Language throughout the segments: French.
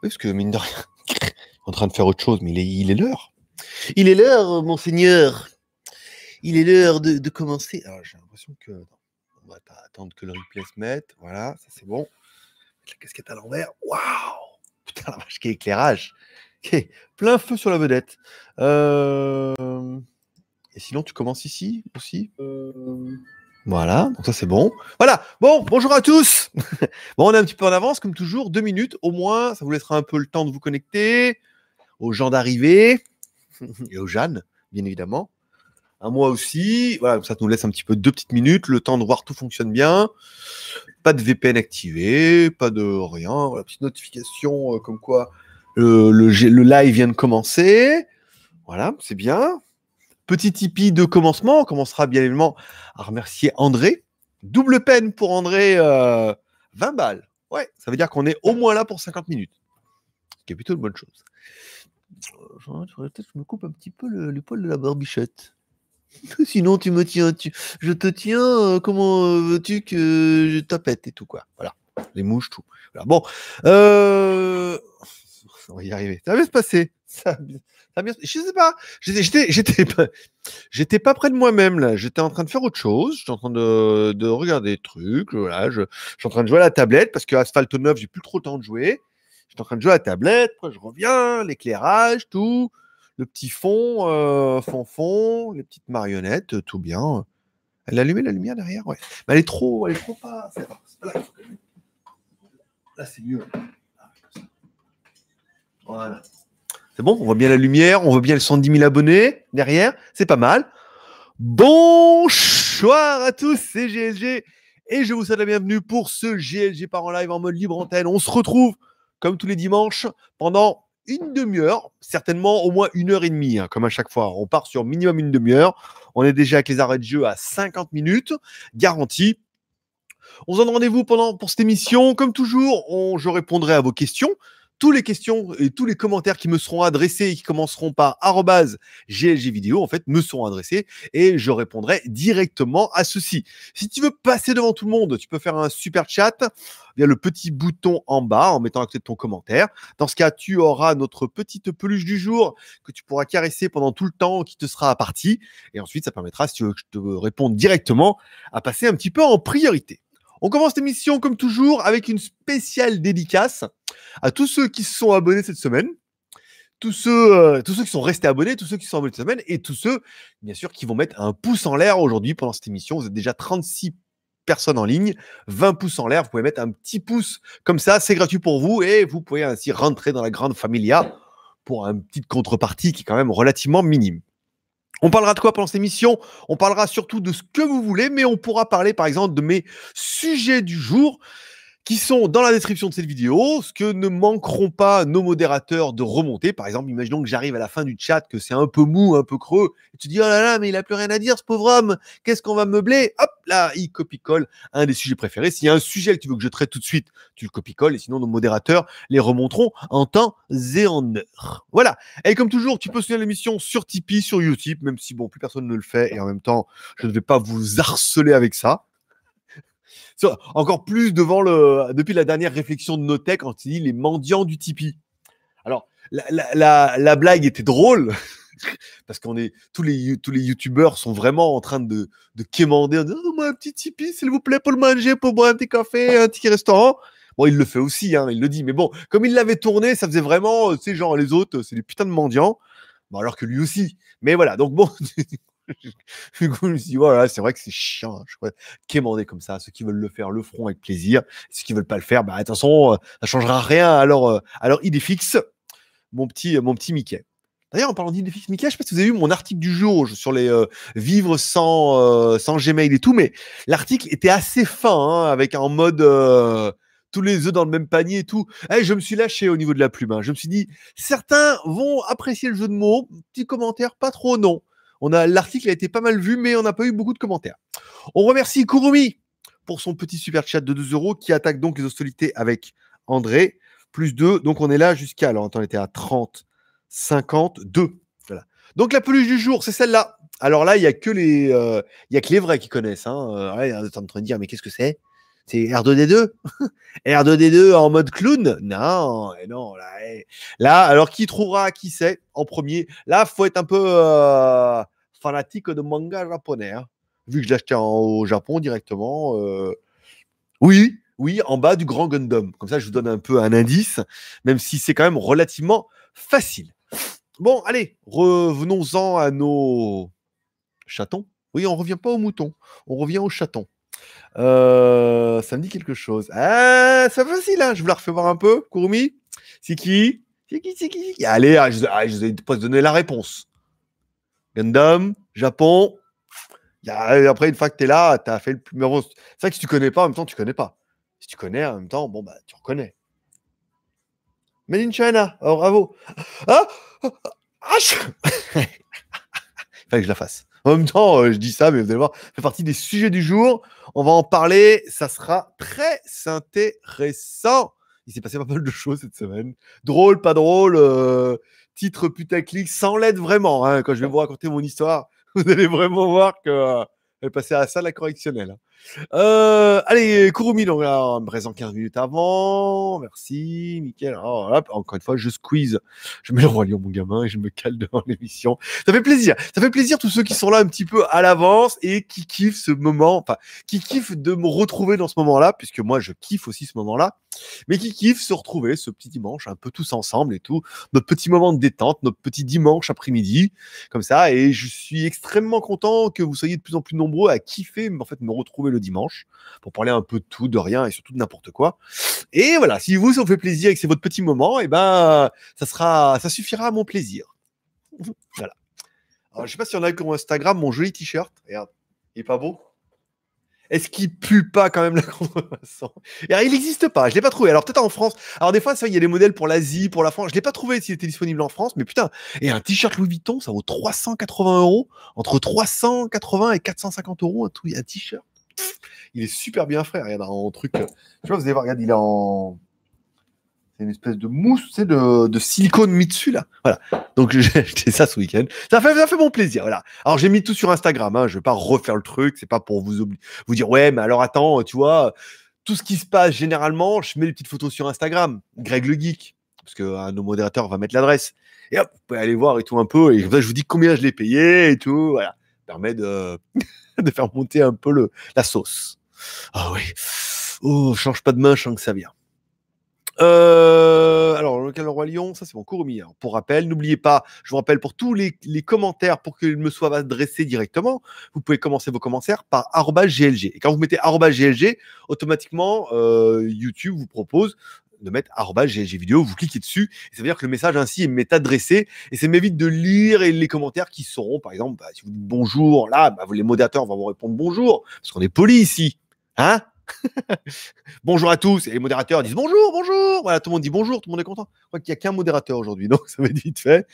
Oui, parce que mine de rien, il est en train de faire autre chose, mais il est l'heure. Il est l'heure, monseigneur. Il est l'heure de commencer. Alors, j'ai l'impression que... Non, on va pas attendre que le replay se mette. Voilà, ça c'est bon. La casquette à l'envers. Waouh! Putain, la vache, quel éclairage. Okay. Plein feu sur la vedette. Et sinon, tu commences ici aussi Voilà, donc ça c'est bon. Voilà, bon, bonjour à tous. Bon, on est un petit peu en avance, comme toujours, 2 minutes au moins. Ça vous laissera un peu le temps de vous connecter, aux gens d'arriver, et aux Jeanne, bien évidemment. À moi aussi. Voilà, ça nous laisse un petit peu 2 petites minutes, le temps de voir tout fonctionne bien. Pas de VPN activé, pas de rien. Voilà, petite notification comme quoi le live vient de commencer. Voilà, c'est bien. Petit Tipeee de commencement. On commencera bien évidemment à remercier André. Double peine pour André, 20 balles. Ouais, ça veut dire qu'on est au moins là pour 50 minutes. Ce qui est plutôt une bonne chose. Peut-être que je me coupe un petit peu le poil de la barbichette. Sinon, tu me tiens, je te tiens, comment veux-tu que je tapette et tout, quoi. Voilà. Les mouches, tout. Voilà. Bon. On va y arriver. Ça va bien se passer. Ça va bien... Je sais pas. J'étais pas près de moi-même, là. J'étais en train de faire autre chose. J'étais en train de regarder des trucs. Voilà. Je suis en train de jouer à la tablette parce que Asphalt 9, j'ai plus trop le temps de jouer. J'étais en train de jouer à la tablette. Après, je reviens. L'éclairage, tout. Le petit fond, fond, les petites marionnettes, tout bien. Elle a allumé la lumière derrière, ouais. Mais elle est trop pas. C'est pas là, là, c'est mieux. Voilà. C'est bon, on voit bien la lumière, on voit bien les 110 000 abonnés derrière, c'est pas mal. Bonsoir à tous, c'est GLG et je vous souhaite la bienvenue pour ce GLG par en live en mode libre antenne. On se retrouve comme tous les dimanches pendant une demi-heure, certainement au moins 1h30, hein, comme à chaque fois. On part sur minimum une demi-heure. On est déjà avec les arrêts de jeu à 50 minutes, garantie. On se donne rendez-vous pour cette émission. Comme toujours, je répondrai à vos questions. Toutes les questions et tous les commentaires qui me seront adressés et qui commenceront par @GLG vidéo, en fait, me seront adressés et je répondrai directement à ceci. Si tu veux passer devant tout le monde, tu peux faire un super chat via le petit bouton en bas en mettant à côté de ton commentaire. Dans ce cas, tu auras notre petite peluche du jour que tu pourras caresser pendant tout le temps qui te sera parti. Et ensuite, ça permettra, si tu veux que je te réponde directement, à passer un petit peu en priorité. On commence cette émission comme toujours avec une spéciale dédicace à tous ceux qui se sont abonnés cette semaine, tous ceux qui sont restés abonnés, tous ceux qui sont abonnés cette semaine et tous ceux, bien sûr, qui vont mettre un pouce en l'air aujourd'hui pendant cette émission. Vous êtes déjà 36 personnes en ligne, 20 pouces en l'air. Vous pouvez mettre un petit pouce comme ça, c'est gratuit pour vous et vous pouvez ainsi rentrer dans la grande familia pour une petite contrepartie qui est quand même relativement minime. On parlera de quoi pendant cette émission? On parlera surtout de ce que vous voulez, mais on pourra parler par exemple de mes sujets du jour qui sont dans la description de cette vidéo, ce que ne manqueront pas nos modérateurs de remonter. Par exemple, imaginons que j'arrive à la fin du chat, que c'est un peu mou, un peu creux, et tu dis « Oh là là, mais il n'a plus rien à dire, ce pauvre homme, qu'est-ce qu'on va meubler ?» Hop, là, il copie-colle un des sujets préférés. S'il y a un sujet que tu veux que je traite tout de suite, tu le copie-colles, et sinon nos modérateurs les remonteront en temps et en heure. Voilà. Et comme toujours, tu peux soutenir l'émission sur Tipeee, sur YouTube, même si, bon, plus personne ne le fait, et en même temps, je ne vais pas vous harceler avec ça. Encore plus depuis la dernière réflexion de Notech quand il dit les mendiants du Tipeee. Alors, la blague était drôle parce tous les youtubeurs sont vraiment en train de quémander en disant « Oh, moi, un petit Tipeee, s'il vous plaît, pour le manger, pour boire un petit café, un petit restaurant. » Bon, il le fait aussi, hein, il le dit. Mais bon, comme il l'avait tourné, ça faisait vraiment, tu sais, genre les autres, c'est des putains de mendiants. Bon, alors que lui aussi. Mais voilà, donc bon... Du coup, je me suis dit, voilà, c'est vrai que c'est chiant. Je pourrais quémander comme ça. Ceux qui veulent le faire le feront avec plaisir. Ceux qui veulent pas le faire, bah, de toute façon, ça changera rien alors idée fixe, mon petit Mickey. D'ailleurs, en parlant d'idée fixe, Mickey, je sais pas si vous avez vu mon article du jour sur les vivre sans Gmail et tout, mais l'article était assez fin, hein, avec un mode tous les œufs dans le même panier et tout. Je me suis lâché au niveau de la plume. Hein. Je me suis dit, certains vont apprécier le jeu de mots. Petit commentaire, pas trop, non. L'article a été pas mal vu, mais on n'a pas eu beaucoup de commentaires. On remercie Kurumi pour son petit super chat de 2 € qui attaque donc les hostilités avec André. Plus 2, donc on est là jusqu'à... Alors, attends, on était à 30, 52. Voilà. Donc, la peluche du jour, c'est celle-là. Alors là, il n'y a que les vrais qui connaissent. Hein. Là, on est en train de dire, mais qu'est-ce que c'est? C'est R2D2 R2D2 en mode clown? Non, non, là, là, alors qui trouvera qui c'est en premier? Là, faut être un peu fanatique de manga japonais, hein. Vu que je l'ai acheté au Japon directement. Oui, oui, en bas du Grand Gundam. Comme ça, je vous donne un peu un indice, même si c'est quand même relativement facile. Bon, allez, revenons-en à nos chatons. Oui, on revient pas aux moutons, on revient aux chatons. Ça me dit quelque chose. Ah, c'est facile, hein. Je vous la refais voir un peu, Kurumi. C'est qui? C'est qui? Allez, je vous ai pas donné la réponse. Gundam, Japon. Après, une fois que t'es là, t'as fait le plus. Mais bon, c'est vrai que si tu connais pas, en même temps, tu connais pas. Si tu connais, en même temps, bon, bah, tu reconnais. Made in China. Oh, bravo. Ah, fallait que je la fasse. En même temps, je dis ça, mais vous allez voir, ça fait partie des sujets du jour. On va en parler. Ça sera très intéressant. Il s'est passé pas mal de choses cette semaine. Drôle, pas drôle. Titre putaclic, sans l'aide vraiment. Hein, quand je vais vous raconter mon histoire, vous allez vraiment voir que elle passait à ça la correctionnelle. Allez, Kurumi, donc là, présent 15 minutes avant. Merci, Mickaël. Oh, hop, encore une fois, je squeeze. Je mets le roi lion, mon gamin, et je me cale devant l'émission. Ça fait plaisir. Ça fait plaisir tous ceux qui sont là un petit peu à l'avance et qui kiffent ce moment, enfin, qui kiffent de me retrouver dans ce moment-là, puisque moi, je kiffe aussi ce moment-là, mais qui kiffent se retrouver ce petit dimanche, un peu tous ensemble et tout, notre petit moment de détente, notre petit dimanche après-midi, comme ça, et je suis extrêmement content que vous soyez de plus en plus nombreux à kiffer, en fait, me retrouver le dimanche pour parler un peu de tout, de rien et surtout de n'importe quoi. Et voilà, si vous, ça vous fait plaisir et que c'est votre petit moment, et ben, ça suffira à mon plaisir. Voilà. Alors, je sais pas si on a eu sur Instagram mon joli t-shirt. Regarde, il est pas beau? Est-ce qu'il pue pas quand même la contrefaçon? Et alors, il n'existe pas, je l'ai pas trouvé. Alors peut-être en France. Alors des fois, ça, il y a des modèles pour l'Asie, pour la France. Je l'ai pas trouvé s'il était disponible en France, mais putain. Et un t-shirt Louis Vuitton, ça vaut 380 €, entre 380 et 450 € un t-shirt. Il est super bien fait. Regarde, en truc. Tu vois, vous allez voir, regarde, il est en. C'est une espèce de mousse, tu sais, de silicone mis dessus, là. Voilà. Donc, j'ai acheté ça ce week-end. Ça fait mon plaisir, voilà. Alors, j'ai mis tout sur Instagram, hein. Je vais pas refaire le truc. C'est pas pour vous dire, ouais, mais alors attends, tu vois, tout ce qui se passe généralement, je mets des petites photos sur Instagram. Greg le Geek. Parce que nos modérateurs va mettre l'adresse. Et hop, vous pouvez aller voir et tout un peu. Et comme ça, je vous dis combien je l'ai payé et tout. Voilà. Ça permet de, de faire monter un peu la sauce. Ah oui. Oh, change pas de main, je sens que ça vient. Alors, le Roi Lion, ça c'est mon Kurumi. Alors, pour rappel, n'oubliez pas, je vous rappelle pour tous les commentaires pour qu'ils me soient adressés directement, vous pouvez commencer vos commentaires par @glg. Et quand vous mettez @glg, automatiquement, YouTube vous propose de mettre @glg vidéo, vous cliquez dessus, et ça veut dire que le message ainsi m'est adressé, et ça m'évite de lire les commentaires qui seront, par exemple, si vous dites bonjour, là, les modérateurs vont vous répondre bonjour, parce qu'on est poli ici. Hein? Bonjour à tous. Et les modérateurs disent bonjour, bonjour. Voilà, tout le monde dit bonjour, tout le monde est content. Je crois qu'il n'y a qu'un modérateur aujourd'hui, donc ça va être vite fait.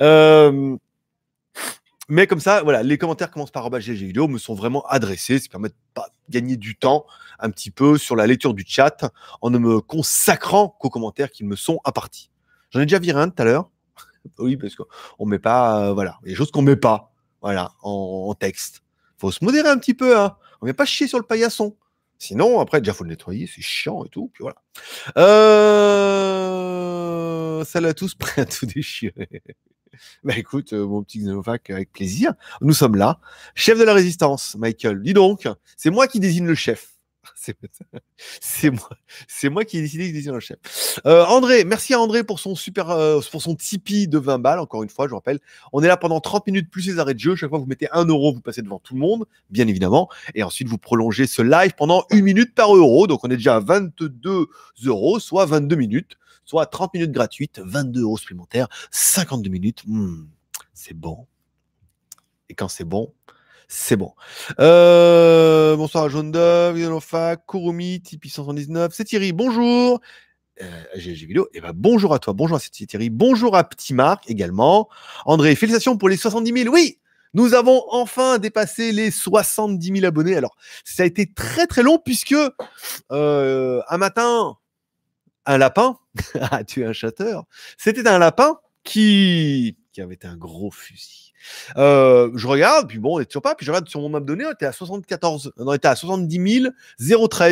Mais comme ça, voilà, les commentaires commencent par @GG vidéo me sont vraiment adressés. Ça permet de pas gagner du temps un petit peu sur la lecture du chat en ne me consacrant qu'aux commentaires qui me sont impartis. J'en ai déjà viré un tout à l'heure. Oui, parce qu'on met pas, voilà, des choses qu'on met pas, voilà, en texte. Faut se modérer un petit peu, hein. On ne vient pas chier sur le paillasson. Sinon, après, déjà, faut le nettoyer, c'est chiant et tout. Puis voilà. Salut à tous, prêts à tout déchirer. Bah écoute, mon petit Xenofac, avec plaisir. Nous sommes là. Chef de la résistance, Michael. Dis donc, c'est moi qui désigne le chef. C'est moi qui ai décidé de désigner le chef. André, merci à André pour son pour son Tipeee de 20 balles. Encore une fois, je rappelle, on est là pendant 30 minutes plus les arrêts de jeu. Chaque fois, vous mettez 1 €, vous passez devant tout le monde, bien évidemment. Et ensuite, vous prolongez ce live pendant 1 minute par euro. Donc, on est déjà à 22 €, soit 22 minutes, soit 30 minutes gratuites, 22 € supplémentaires, 52 minutes. C'est bon. Et quand c'est bon, c'est bon. Bonsoir à Jaune Dove, Yolofa, Kurumi, Tipeee 179, c'est Thierry, bonjour. GG vidéo, et ben bonjour à toi, bonjour à Thierry, bonjour à Petit Marc également. André, félicitations pour les 70 000, oui, nous avons enfin dépassé les 70 000 abonnés. Alors, ça a été très très long puisque un matin, un lapin a tué un chasseur. C'était un lapin qui avait un gros fusil. Je regarde, puis bon, on est toujours pas, puis je regarde sur mon map donné, on était à 70 013.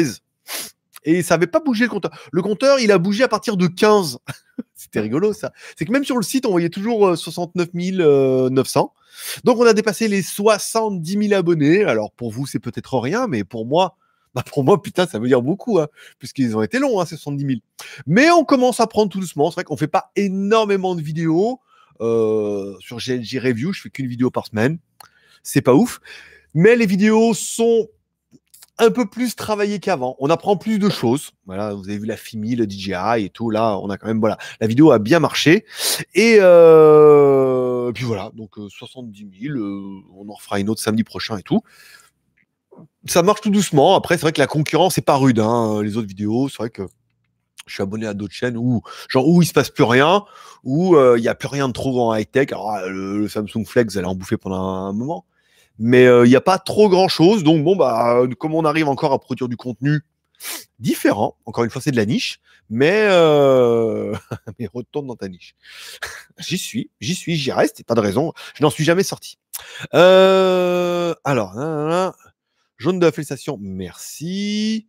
Et ça n'avait pas bougé le compteur. Le compteur, il a bougé à partir de 15. C'était rigolo, ça. C'est que même sur le site, on voyait toujours 69 900. Donc, on a dépassé les 70 000 abonnés. Alors, pour vous, c'est peut-être rien, mais pour moi, putain, ça veut dire beaucoup, hein, puisqu'ils ont été longs, hein, ces 70 000. Mais on commence à prendre tout doucement. C'est vrai qu'on fait pas énormément de vidéos. Sur GLG Review, je fais qu'une vidéo par semaine. C'est pas ouf. Mais les vidéos sont un peu plus travaillées qu'avant. On apprend plus de choses. Voilà, vous avez vu la FIMI, le DJI et tout. Là, on a quand même, voilà, la vidéo a bien marché. Et puis voilà, donc 70 000, on en refera une autre samedi prochain et tout. Ça marche tout doucement. Après, c'est vrai que la concurrence est pas rude, hein. Les autres vidéos, c'est vrai que je suis abonné à d'autres chaînes où il se passe plus rien, où il y a plus rien de trop en high tech. Alors le Samsung Flex, vous allez en bouffer pendant un moment, mais il n'y a pas trop grand chose. Donc bon, bah comme on arrive encore à produire du contenu différent, encore une fois c'est de la niche, mais mais retourne dans ta niche. J'y reste, et pas de raison. Je n'en suis jamais sorti. Alors, jaune de la félicitation, merci.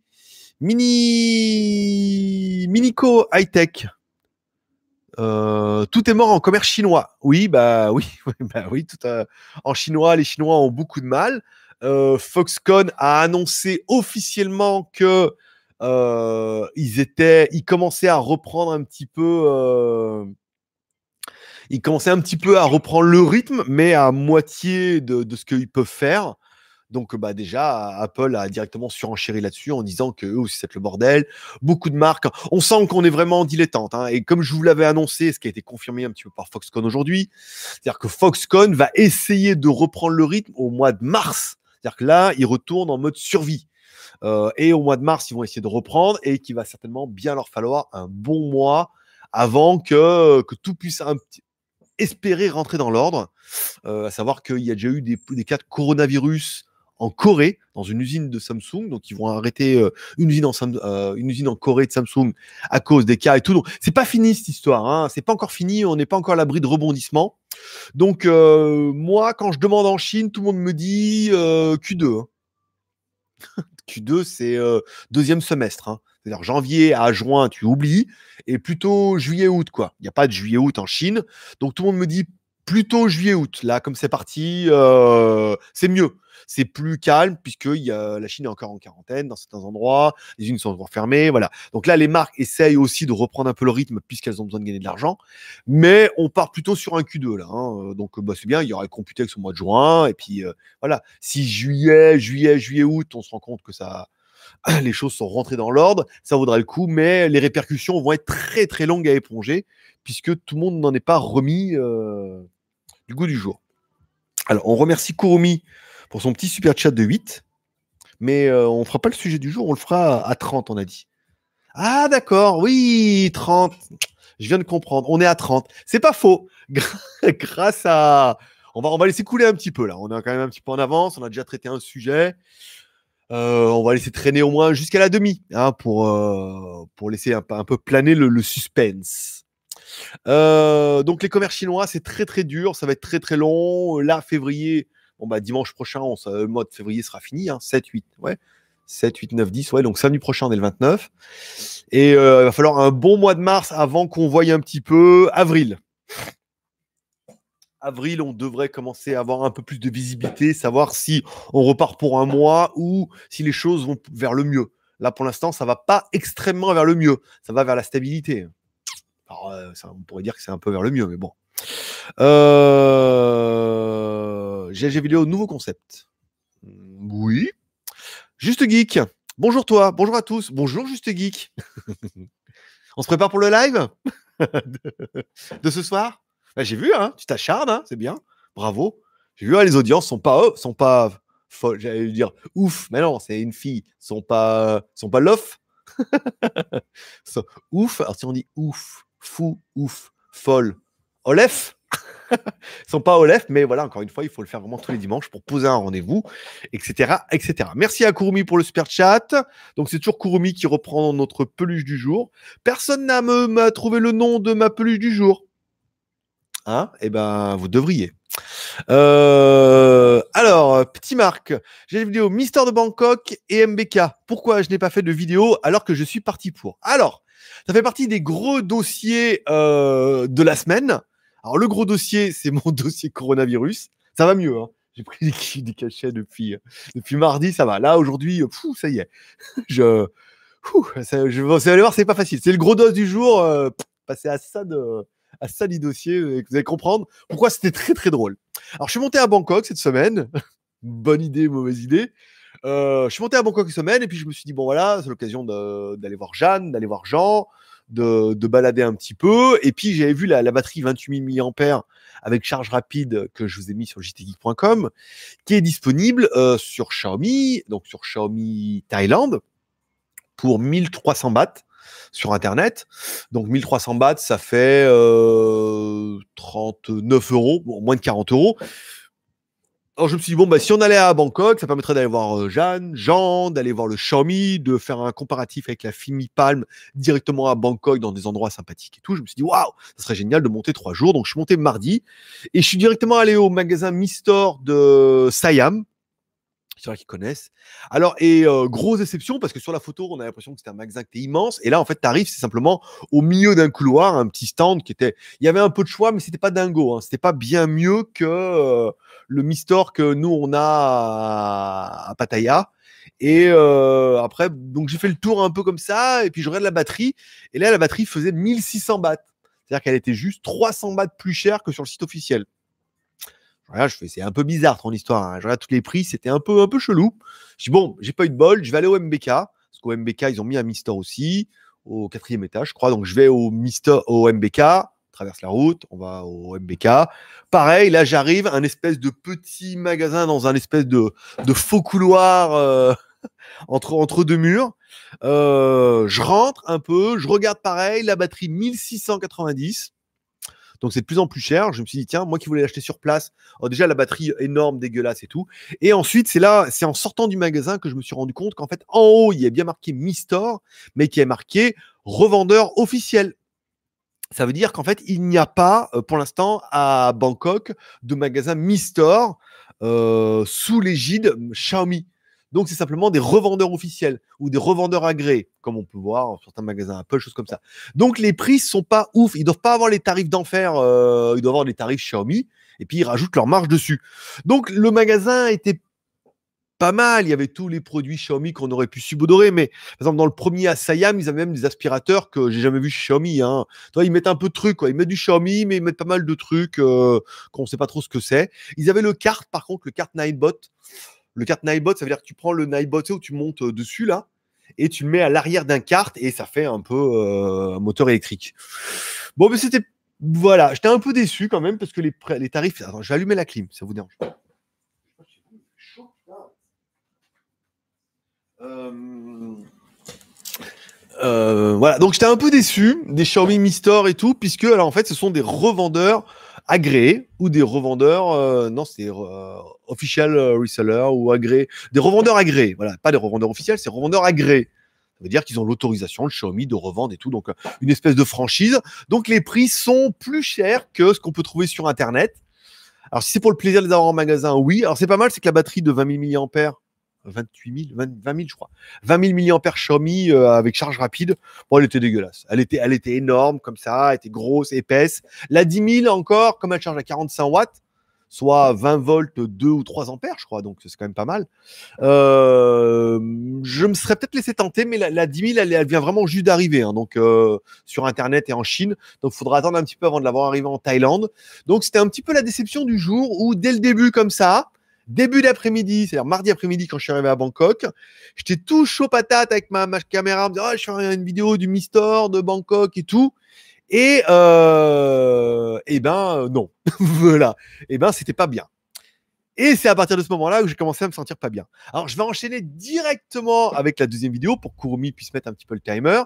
Minico High Tech. Tout est mort en commerce chinois. Oui, bah oui, bah oui. En chinois, les Chinois ont beaucoup de mal. Foxconn a annoncé officiellement que ils commençaient à reprendre un petit peu. Ils commençaient un petit peu à reprendre le rythme, mais à moitié de ce qu'ils peuvent faire. Donc, bah, déjà, Apple a directement surenchéri là-dessus en disant qu'eux aussi, c'est le bordel. Beaucoup de marques. On sent qu'on est vraiment dilettante, hein. Et comme je vous l'avais annoncé, ce qui a été confirmé un petit peu par Foxconn aujourd'hui, c'est-à-dire que Foxconn va essayer de reprendre le rythme au mois de mars. C'est-à-dire que là, ils retournent en mode survie. Et au mois de mars, ils vont essayer de reprendre et qu'il va certainement bien leur falloir un bon mois avant que tout puisse espérer rentrer dans l'ordre. À savoir qu'il y a déjà eu des cas de coronavirus en Corée, dans une usine de Samsung. Donc, ils vont arrêter une usine en Corée de Samsung à cause des cas et tout. Donc, c'est pas fini cette histoire, hein. C'est pas encore fini. On n'est pas encore à l'abri de rebondissements. Donc, moi, quand je demande en Chine, tout le monde me dit Q2. Hein. Q2, c'est deuxième semestre. Hein. C'est-à-dire janvier à juin, tu oublies, et plutôt juillet-août, quoi. Il n'y a pas de juillet-août en Chine. Donc, tout le monde me dit plutôt juillet-août. Là, comme c'est parti, c'est mieux. C'est plus calme puisque la Chine est encore en quarantaine dans certains endroits, les usines sont encore fermées, voilà. Donc là, les marques essayent aussi de reprendre un peu le rythme puisqu'elles ont besoin de gagner de l'argent, mais on part plutôt sur un Q2 là. Hein. Donc bah, c'est bien, il y aura Computex au mois de juin et puis voilà. Si juillet, août, on se rend compte que ça, les choses sont rentrées dans l'ordre, ça vaudra le coup, mais les répercussions vont être très très longues à éponger puisque tout le monde n'en est pas remis du goût du jour. Alors, on remercie Kurumi pour son petit super chat de 8, mais on ne fera pas le sujet du jour, on le fera à 30, on a dit. Ah, d'accord, oui, 30. Je viens de comprendre, on est à 30. C'est pas faux. Grâce à... On va laisser couler un petit peu, là. On est quand même un petit peu en avance, on a déjà traité un sujet. On va laisser traîner au moins jusqu'à la demi, hein, pour laisser un peu planer le suspense. Donc les commerces chinois, c'est très très dur, ça va être très très long. Là, février, bon bah dimanche prochain, le mois de février sera fini, hein, 7, 8, ouais. 7, 8, 9, 10, ouais, donc samedi prochain, on est le 29. Et il va falloir un bon mois de mars avant qu'on voie un petit peu avril. Avril, on devrait commencer à avoir un peu plus de visibilité, savoir si on repart pour un mois ou si les choses vont vers le mieux. Là, pour l'instant, ça va pas extrêmement vers le mieux, ça va vers la stabilité. Alors, on pourrait dire que c'est un peu vers le mieux, mais bon. GLG vidéo, nouveau concept. Oui. Juste Geek. Bonjour toi, bonjour à tous. Bonjour Juste Geek. On se prépare pour le live de ce soir. Bah, j'ai vu, hein, tu t'acharnes, hein, c'est bien. Bravo. J'ai vu, hein, les audiences sont pas folles. J'allais dire ouf, mais non, c'est une fille. Sont pas lof. Ouf. Alors si on dit ouf, fou, ouf, folle, Olef. Ils sont pas Olef, mais voilà, encore une fois, il faut le faire vraiment tous les dimanches pour poser un rendez-vous, etc., etc. Merci à Kurumi pour le super chat. Donc c'est toujours Kurumi qui reprend notre peluche du jour. Personne m'a trouvé le nom de ma peluche du jour. Hein? Eh ben, vous devriez. Alors, petit Marc, j'ai des vidéos Mister de Bangkok et MBK. Pourquoi je n'ai pas fait de vidéo alors que je suis parti pour? Alors, ça fait partie des gros dossiers de la semaine. Alors, le gros dossier, c'est mon dossier coronavirus. Ça va mieux, hein. J'ai pris des cachets depuis mardi, ça va. Là, aujourd'hui, ça y est. Vous allez voir, c'est pas facile. C'est le gros dos du jour. Passer à ça du dossier, vous allez comprendre pourquoi c'était très très drôle. Alors, je suis monté à Bangkok cette semaine. Bonne idée, mauvaise idée. Je suis monté à Bangkok cette semaine et puis je me suis dit, bon voilà, c'est l'occasion d'aller voir Jeanne, d'aller voir Jean, de balader un petit peu. Et puis j'avais vu la batterie 28 000 mAh avec charge rapide que je vous ai mis sur jtgeek.com qui est disponible sur Xiaomi, donc sur Xiaomi Thaïlande pour 1300 bahts sur Internet. Donc 1300 bahts, ça fait 39 euros, bon, moins de 40 euros. Alors je me suis dit, bon, bah, si on allait à Bangkok, ça permettrait d'aller voir Jeanne, Jean, d'aller voir le Xiaomi, de faire un comparatif avec la Fimi Palm directement à Bangkok dans des endroits sympathiques et tout. Je me suis dit, waouh, ça serait génial de monter 3 jours. Donc je suis monté mardi et je suis directement allé au magasin Mi Store de Siam. C'est vrai qu'ils connaissent. Alors, et grosse déception, parce que sur la photo, on a l'impression que c'était un magasin qui était immense. Et là, en fait, tu arrives, c'est simplement au milieu d'un couloir, un petit stand qui était. Il y avait un peu de choix, mais c'était pas dingo. Hein. C'était pas bien mieux que le Mi Store que nous, on a à Pattaya. Et après, donc j'ai fait le tour un peu comme ça. Et puis, je regarde la batterie. Et là, la batterie faisait 1600 bahts. C'est-à-dire qu'elle était juste 300 bahts plus chère que sur le site officiel. Voilà, c'est un peu bizarre ton histoire. Hein. Je regarde tous les prix, c'était un peu chelou. Je dis bon, j'ai pas eu de bol, je vais aller au MBK parce qu'au MBK ils ont mis un Mi-Store aussi au 4e étage, je crois. Donc je vais au MBK, on traverse la route, on va au MBK. Pareil, là j'arrive, un espèce de petit magasin dans un espèce de faux couloir entre deux murs. Je rentre un peu, je regarde pareil, la batterie 1690. Donc c'est de plus en plus cher. Je me suis dit, tiens, moi qui voulais l'acheter sur place, déjà la batterie énorme, dégueulasse et tout. Et ensuite, c'est en sortant du magasin que je me suis rendu compte qu'en fait, en haut, il y a bien marqué Mi Store, mais qui est marqué revendeur officiel. Ça veut dire qu'en fait, il n'y a pas, pour l'instant, à Bangkok, de magasin Mi Store sous l'égide Xiaomi. Donc, c'est simplement des revendeurs officiels ou des revendeurs agréés, comme on peut voir dans certains magasins Apple, choses comme ça. Donc, les prix sont pas ouf. Ils ne doivent pas avoir les tarifs d'enfer. Ils doivent avoir les tarifs Xiaomi. Et puis, ils rajoutent leur marge dessus. Donc, le magasin était pas mal. Il y avait tous les produits Xiaomi qu'on aurait pu subodorer. Mais par exemple, dans le premier à Siam, ils avaient même des aspirateurs que j'ai jamais vu chez Xiaomi. Hein. Toi, ils mettent un peu de trucs. Quoi. Ils mettent du Xiaomi, mais ils mettent pas mal de trucs qu'on ne sait pas trop ce que c'est. Ils avaient le Cart, par contre, le Cart Nightbot. Le Cart Nightbot, ça veut dire que tu prends le Nightbot, tu sais, où tu montes dessus, là, et tu le mets à l'arrière d'un kart, et ça fait un peu un moteur électrique. Bon, mais c'était... Voilà, j'étais un peu déçu quand même, parce que les tarifs... Attends, je vais allumer la clim, ça vous dérange pas. Voilà, donc j'étais un peu déçu des Xiaomi Mi Store et tout, puisque alors en fait ce sont des revendeurs agréés ou des revendeurs, non c'est official reseller ou agréés, des revendeurs agréés, voilà, pas des revendeurs officiels, c'est revendeurs agréés. Ça veut dire qu'ils ont l'autorisation, le Xiaomi, de revendre et tout, donc une espèce de franchise. Donc les prix sont plus chers que ce qu'on peut trouver sur Internet. Alors si c'est pour le plaisir de les avoir en magasin, oui. Alors c'est pas mal, c'est que la batterie de 20 000 mAh 28 000, 20 000, je crois. 20 000 mAh Xiaomi avec charge rapide. Bon, elle était dégueulasse. Elle était énorme comme ça, elle était grosse, épaisse. La 10 000 encore, comme elle charge à 45 watts, soit 20 volts, 2 ou 3 ampères, je crois. Donc, c'est quand même pas mal. Je me serais peut-être laissé tenter, mais la 10 000, elle vient vraiment juste d'arriver. Hein, donc, sur Internet et en Chine. Donc, il faudra attendre un petit peu avant de l'avoir arrivé en Thaïlande. Donc, c'était un petit peu la déception du jour où, dès le début, comme ça, début d'après-midi, c'est-à-dire mardi après-midi quand je suis arrivé à Bangkok, j'étais tout chaud patate avec ma caméra, me disant oh, je fais une vidéo du Mi Store de Bangkok et tout. Et ben non, voilà. Et ben c'était pas bien. Et c'est à partir de ce moment-là où j'ai commencé à me sentir pas bien. Alors je vais enchaîner directement avec la deuxième vidéo pour que Kurumi puisse mettre un petit peu le timer.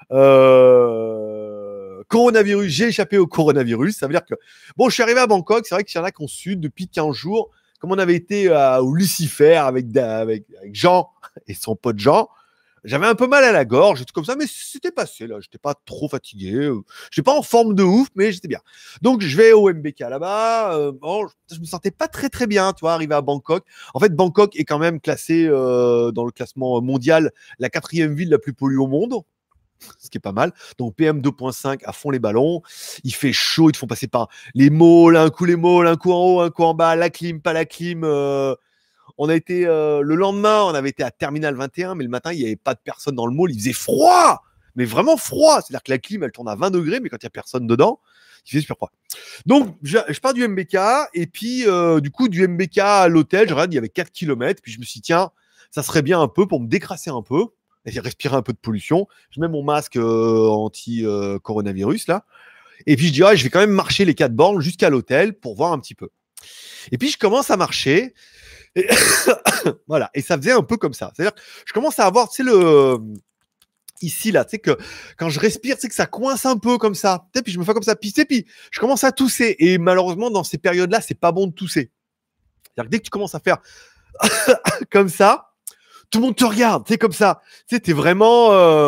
Coronavirus, j'ai échappé au coronavirus. Ça veut dire que bon, je suis arrivé à Bangkok. C'est vrai qu'il y en a qui ont su depuis 15 jours. Comme on avait été au Lucifer avec Jean et son pote Jean, J'avais un peu mal à la gorge et tout comme ça, mais c'était passé là. J'étais pas trop fatigué. J'étais pas en forme de ouf, mais j'étais bien. Donc je vais au MBK là-bas. Bon, je me sentais pas très très bien, tu vois, arrivé à Bangkok. En fait, Bangkok est quand même classé dans le classement mondial la 4e ville la plus polluée au monde. Ce qui est pas mal. Donc PM 2.5 à fond les ballons. Il fait chaud, ils te font passer par les malls, un coup en haut, un coup en bas, la clim, pas la clim. On a été le lendemain, on avait été à Terminal 21, mais le matin, il n'y avait pas de personne dans le mall. Il faisait froid, mais vraiment froid. C'est-à-dire que la clim, elle tourne à 20 degrés, mais quand il n'y a personne dedans, il fait super froid. Donc, je pars du MBK, et puis du coup, du MBK à l'hôtel, je regarde, il y avait 4 km, puis je me suis dit, tiens, ça serait bien un peu pour me décrasser un peu et respirer un peu de pollution. Je mets mon masque anti-coronavirus, là, et puis je dis, je vais quand même marcher les 4 bornes jusqu'à l'hôtel pour voir un petit peu. Et puis, je commence à marcher. Et voilà, et ça faisait un peu comme ça. C'est-à-dire que je commence à avoir, tu sais, ici, là, tu sais, que quand je respire, tu sais, que ça coince un peu comme ça. Tu sais, puis je me fais comme ça pisser, puis je commence à tousser. Et malheureusement, dans ces périodes-là, c'est pas bon de tousser. C'est-à-dire que dès que tu commences à faire comme ça, tout le monde te regarde, tu sais, comme ça. Tu sais, t'es vraiment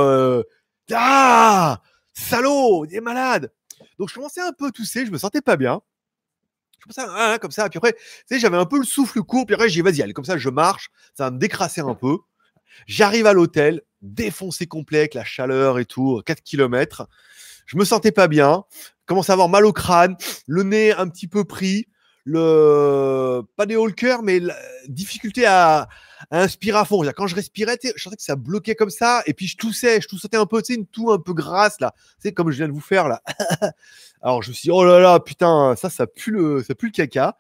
ah, salaud, il est malade. Donc je commençais un peu à tousser, je me sentais pas bien. Comme ça, puis après, tu sais, j'avais un peu le souffle court, puis après, j'ai dit, vas-y, allez, comme ça, je marche, ça va me décrasser un peu. J'arrive à l'hôtel, défoncé complet avec la chaleur et tout, 4 km. Je me sentais pas bien, commence à avoir mal au crâne, le nez un petit peu pris, pas des hauts le cœur, mais la difficulté à inspirer à fond. Quand je respirais, je sentais que ça bloquait comme ça, et puis je toussais un peu, tu sais, une toux un peu grasse, là, tu sais, comme je viens de vous faire, là. Alors je me suis dit, oh là là, putain, ça pue le caca.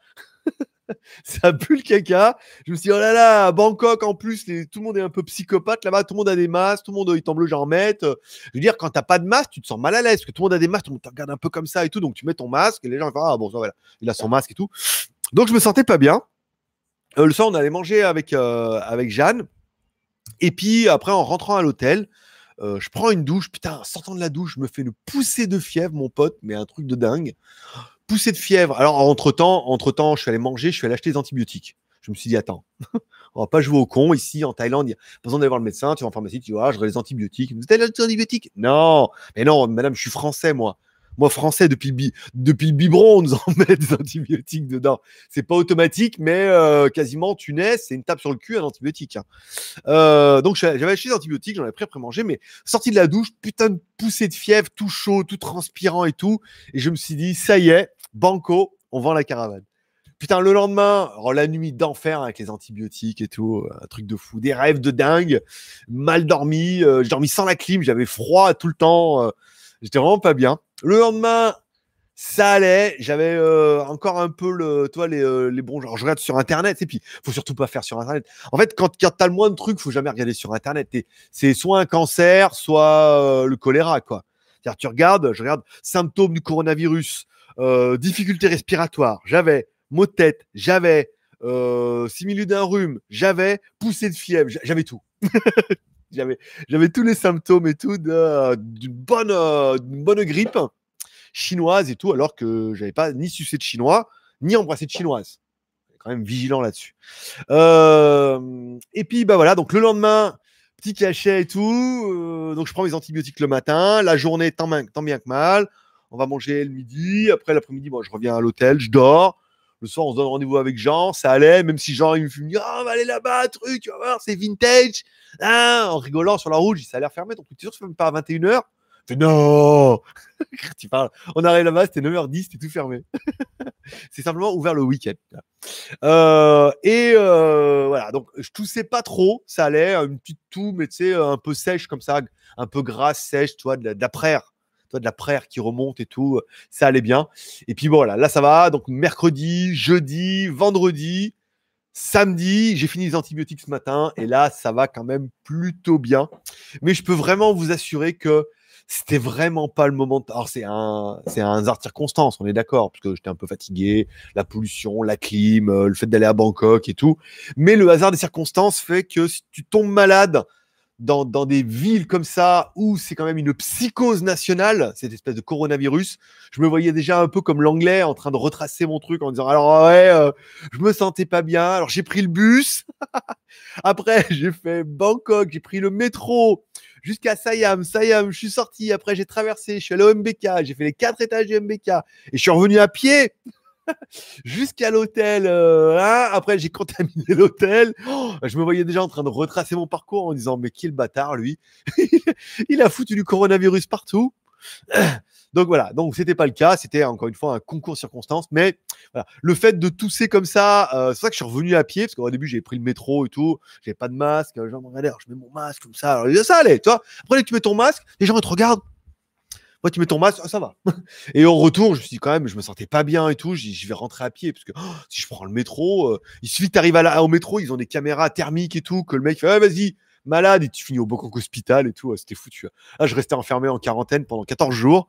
Ça pue le caca. Je me suis dit, oh là là, Bangkok en plus, tout le monde est un peu psychopathe là-bas, tout le monde a des masques, tout le monde il t'en veut en mettre. Je veux dire, quand t'as pas de masque, tu te sens mal à l'aise, parce que tout le monde a des masques, tout le monde te regarde un peu comme ça et tout, donc tu mets ton masque et les gens ils font, ah bon, ça voilà, il a son masque et tout. Donc je me sentais pas bien. Le soir, on allait manger avec Jeanne, et puis après, en rentrant à l'hôtel, je prends une douche, putain, en sortant de la douche, je me fais une poussée de fièvre, mon pote, mais un truc de dingue. Poussée de fièvre. Alors, entre-temps, je suis allé manger, je suis allé acheter des antibiotiques. Je me suis dit, attends, on va pas jouer au con. Ici, en Thaïlande, il n'y a pas besoin d'aller voir le médecin. Tu vas en pharmacie, tu vois, je j'aurai les antibiotiques. Vous avez les antibiotiques? Non, mais non, madame, je suis français, moi. Moi, français, depuis le biberon, on nous en met des antibiotiques dedans. C'est pas automatique, mais quasiment, tu nais, c'est une tape sur le cul, un antibiotique. Donc, j'avais acheté des antibiotiques, j'en avais pris après manger, mais sorti de la douche, putain de poussée de fièvre, tout chaud, tout transpirant et tout. Et je me suis dit, ça y est, banco, on vend la caravane. Putain, le lendemain, la nuit d'enfer avec les antibiotiques et tout, un truc de fou, des rêves de dingue, mal dormi, j'ai dormi sans la clim, j'avais froid tout le temps, j'étais vraiment pas bien. Le lendemain, ça allait, j'avais encore un peu les bons, genre je regarde sur internet, et puis faut surtout pas faire sur internet. En fait, quand t'as le moins de trucs, faut jamais regarder sur internet. C'est soit un cancer, soit le choléra, quoi. C'est-à-dire, je regarde symptômes du coronavirus, difficultés respiratoires, j'avais maux de tête, j'avais simili d'un rhume, j'avais poussée de fièvre, j'avais tout. j'avais tous les symptômes et tout d'une bonne grippe chinoise et tout, alors que j'avais pas ni sucé de chinois, ni embrassé de chinoise. Quand même vigilant là-dessus. Et puis, bah voilà, donc le lendemain, petit cachet et tout. Donc, je prends mes antibiotiques le matin. La journée, tant bien que mal. On va manger le midi. Après, l'après-midi, je reviens à l'hôtel, je dors. Le soir, on se donne rendez-vous avec Jean. Ça allait, même si Jean, il me dit, on va aller là-bas, truc, tu vas voir, c'est vintage. Ah, en rigolant sur la route, ça a l'air fermé. Donc, tu es sûr que ça ne ferme pas à 21h? Je fais, non. Tu parles. On arrive là-bas, c'était 9h10, c'était tout fermé. C'est simplement ouvert le week-end. Voilà, donc je toussais pas trop, ça allait, une petite toux, mais tu sais, un peu sèche comme ça, un peu grasse, sèche, tu vois, de la praire, de la praire qui remonte et tout, ça allait bien. Et puis bon, voilà, là ça va, donc mercredi, jeudi, vendredi, samedi, j'ai fini les antibiotiques ce matin, et là ça va quand même plutôt bien. Mais je peux vraiment vous assurer que c'était vraiment pas le moment. Alors, c'est un hasard de circonstance, on est d'accord, parce que j'étais un peu fatigué, la pollution, la clim, le fait d'aller à Bangkok et tout. Mais le hasard des circonstances fait que si tu tombes malade dans des villes comme ça où c'est quand même une psychose nationale, cette espèce de coronavirus. Je me voyais déjà un peu comme l'anglais en train de retracer mon truc en disant alors ouais, je me sentais pas bien. Alors j'ai pris le bus. Après j'ai fait Bangkok, j'ai pris le métro jusqu'à Siam. Siam, je suis sorti. Après j'ai traversé, je suis allé au MBK, j'ai fait les 4 étages du MBK et je suis revenu à pied jusqu'à l'hôtel. Hein. Après, j'ai contaminé l'hôtel. Oh, je me voyais déjà en train de retracer mon parcours en disant mais qui est le bâtard, lui. Il a foutu du coronavirus partout. Donc voilà, donc c'était pas le cas, c'était encore une fois un concours de circonstances, mais voilà, le fait de tousser comme ça, c'est pour ça que je suis revenu à pied, parce qu'au début j'avais pris le métro et tout, j'avais pas de masque, genre regardez, alors je mets mon masque comme ça, alors ça allait, tu vois. Après tu mets ton masque, les gens ils te regardent, moi tu mets ton masque, ça va. Et au retour, je me suis dit quand même, je me sentais pas bien et tout, je vais rentrer à pied, parce que si je prends le métro, il suffit que tu arrives au métro, ils ont des caméras thermiques et tout, que le mec fait, ah, vas-y, malade, et tu finis au Bangkok Hospital et tout, c'était foutu. Là, je restais enfermé en quarantaine pendant 14 jours.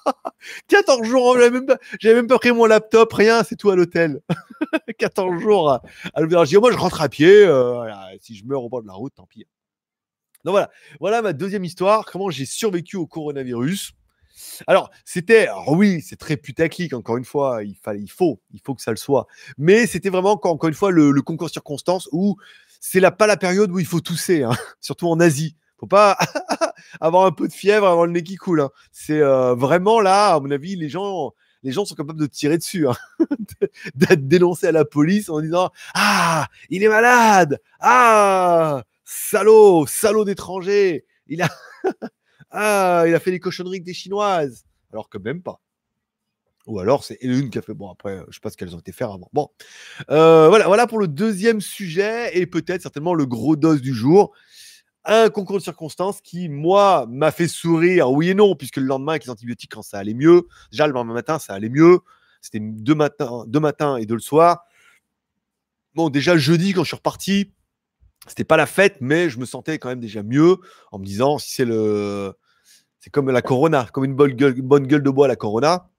14 jours, j'avais même pas pris mon laptop, rien, c'est tout à l'hôtel. 14 jours à l'hôtel. Je dis, moi, je rentre à pied. Voilà, si je meurs au bord de la route, tant pis. Donc voilà ma deuxième histoire, comment j'ai survécu au coronavirus. Alors, alors oui, c'est très putaclic, encore une fois, il faut que ça le soit. Mais c'était vraiment, encore une fois, le concours de circonstances où c'est pas la période où il faut tousser, hein, surtout en Asie. Faut pas avoir un peu de fièvre, avoir le nez qui coule. Hein. C'est vraiment là, à mon avis, les gens sont capables de tirer dessus, hein. D'être dénoncés à la police en disant ah, il est malade, ah, salaud d'étranger, il a fait des cochonneries avec des Chinoises, alors que même pas. Ou alors c'est une qui a fait. Bon, après, je sais pas ce qu'elles ont été faire avant. Bon, voilà pour le deuxième sujet et peut-être certainement le gros dos du jour. Un concours de circonstances qui, moi, m'a fait sourire, oui et non, puisque le lendemain, avec les antibiotiques, quand ça allait mieux, déjà le lendemain matin, ça allait mieux. C'était deux matins et deux le soir. Bon, déjà jeudi, quand je suis reparti, c'était pas la fête, mais je me sentais quand même déjà mieux en me disant si c'est comme la Corona, comme une bonne gueule de bois la Corona.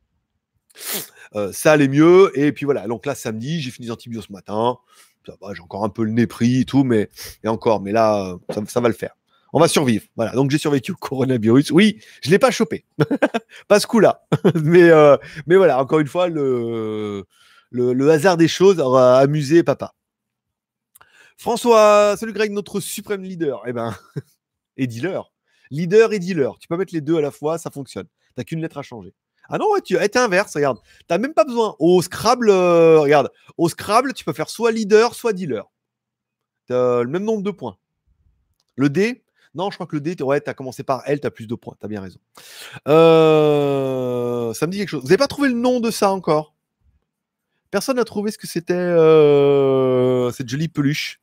Ça allait mieux. Et puis voilà, donc là, samedi, j'ai fini les antibiotiques ce matin. Ça va, j'ai encore un peu le nez pris et tout, mais là, ça va le faire. On va survivre. Voilà, donc j'ai survécu au coronavirus. Oui, je ne l'ai pas chopé. Pas ce coup-là. mais voilà, encore une fois, le hasard des choses aura amusé papa. François, salut Greg, notre suprême leader. Eh ben, et dealer. Leader et dealer. Tu peux mettre les deux à la fois, ça fonctionne. T'as qu'une lettre à changer. Ah non, ouais, t'es inverse, regarde. T'as même pas besoin. Au Scrabble, regarde. Au Scrabble, tu peux faire soit leader, soit dealer. T'as le même nombre de points. Le D, non, je crois que le D, ouais, t'as commencé par L, t'as plus de points. T'as bien raison. Ça me dit quelque chose. Vous n'avez pas trouvé le nom de ça encore? Personne n'a trouvé ce que c'était cette jolie peluche.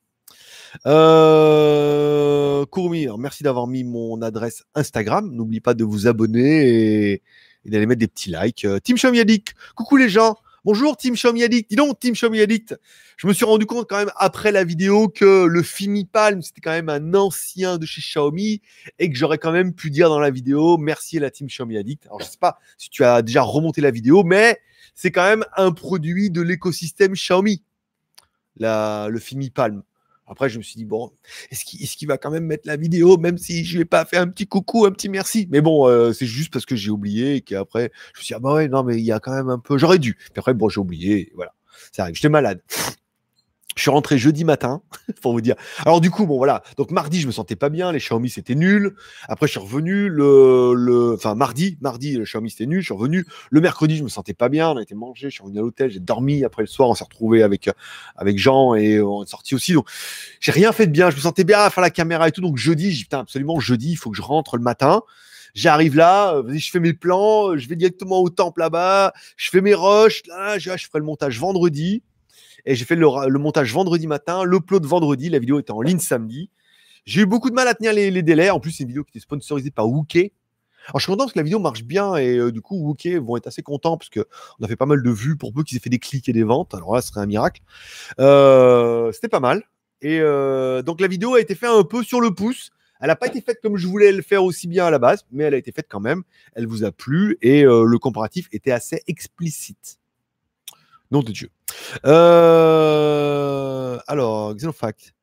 Courmi, alors merci d'avoir mis mon adresse Instagram. N'oublie pas de vous abonner et d'aller mettre des petits likes. Team Xiaomi Addict, coucou les gens. Bonjour Team Xiaomi Addict. Dis donc Team Xiaomi Addict. Je me suis rendu compte quand même après la vidéo que le Fimi Palm c'était quand même un ancien de chez Xiaomi et que j'aurais quand même pu dire dans la vidéo merci à la Team Xiaomi Addict. Alors je sais pas si tu as déjà remonté la vidéo, mais c'est quand même un produit de l'écosystème Xiaomi, le Fimi Palm. Après, je me suis dit, bon, est-ce qu'il va quand même mettre la vidéo, même si je lui ai pas fait un petit coucou, un petit merci. Mais bon, c'est juste parce que j'ai oublié et qu'après, je me suis dit, ah bah ouais, non, mais il y a quand même un peu. J'aurais dû. Puis après, bon, j'ai oublié. Voilà. Ça arrive. J'étais malade. Je suis rentré jeudi matin, pour vous dire. Alors du coup, bon voilà. Donc mardi, je me sentais pas bien. Les Xiaomi, c'était nul. Après, je suis revenu enfin mardi, le Xiaomi, c'était nul. Je suis revenu. Le mercredi, je me sentais pas bien. On a été manger. Je suis revenu à l'hôtel. J'ai dormi. Après le soir, on s'est retrouvé avec Jean et on est sorti aussi. Donc, j'ai rien fait de bien. Je me sentais bien à faire la caméra et tout. Donc jeudi, j'ai dit putain, absolument jeudi, il faut que je rentre le matin. J'arrive là, je fais mes plans, je vais directement au temple là-bas, je fais mes rushs. Là, je ferai le montage vendredi. Et j'ai fait le montage vendredi matin, l'upload vendredi, la vidéo était en ligne samedi. J'ai eu beaucoup de mal à tenir les délais. En plus, c'est une vidéo qui était sponsorisée par Wooké. Alors, je suis content parce que la vidéo marche bien et du coup, Wooké vont être assez contents parce qu'on a fait pas mal de vues pour peu qu'ils aient fait des clics et des ventes. Alors là, ce serait un miracle. C'était pas mal. Et donc, la vidéo a été faite un peu sur le pouce. Elle n'a pas été faite comme je voulais le faire aussi bien à la base, mais elle a été faite quand même. Elle vous a plu et le comparatif était assez explicite. Nom de Dieu. Alors, Xenofact.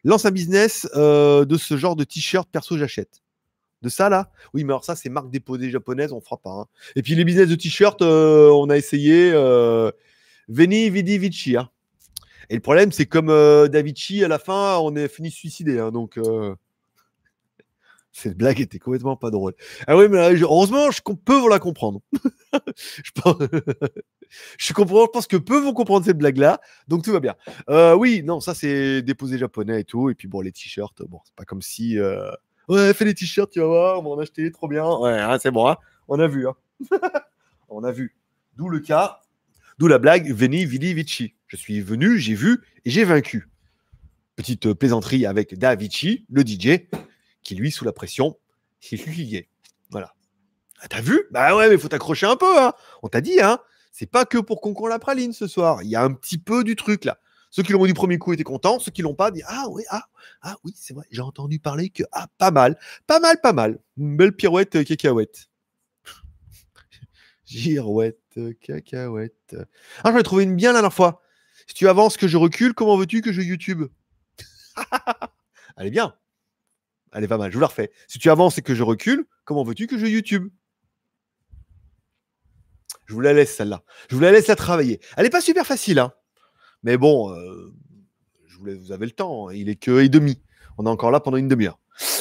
lance un business de ce genre de t-shirt perso, j'achète. De ça là? Oui, mais alors ça, c'est marque déposée japonaise, on fera pas. Hein. Et puis les business de t-shirt, on a essayé Veni, Vidi, Vici. Hein. Et le problème, c'est comme Davici, à la fin, on est fini suicidé. Hein, donc, cette blague était complètement pas drôle. Ah oui, mais heureusement, je peux vous la comprendre. je, pense... je pense que peu vont comprendre cette blague-là. Donc, tout va bien. Oui, non, ça, c'est déposé japonais et tout. Et puis, bon, les t-shirts, bon, c'est pas comme si... Ouais, fais les t-shirts, tu vas voir, on va en acheter, trop bien. Ouais, hein, c'est bon, hein, on a vu. Hein. On a vu. D'où le cas, d'où la blague Veni, Vidi, Vici. Je suis venu, j'ai vu et j'ai vaincu. Petite plaisanterie avec Da Vici, le DJ, qui lui, sous la pression, c'est lui qui est. Voilà. Ah, t'as vu? Bah ouais, mais faut t'accrocher un peu. Hein. On t'a dit, hein. C'est pas que pour Concon la praline ce soir. Il y a un petit peu du truc là. Ceux qui l'ont du premier coup étaient contents. Ceux qui l'ont pas dit ah oui, oui, c'est vrai. J'ai entendu parler que pas mal. Une belle pirouette cacahuète. Girouette cacahuète. Ah, j'en ai trouvé une bien la dernière fois. Si tu avances que je recule, comment veux-tu que je YouTube? Elle est bien. Elle est pas mal. Je vous la refais. Si tu avances et que je recule, comment veux-tu que je YouTube? Je vous la laisse celle-là. Je vous la laisse la travailler. Elle est pas super facile, hein. Mais bon, vous avez le temps. Hein. Il est que 1h30. On est encore là pendant une demi-heure.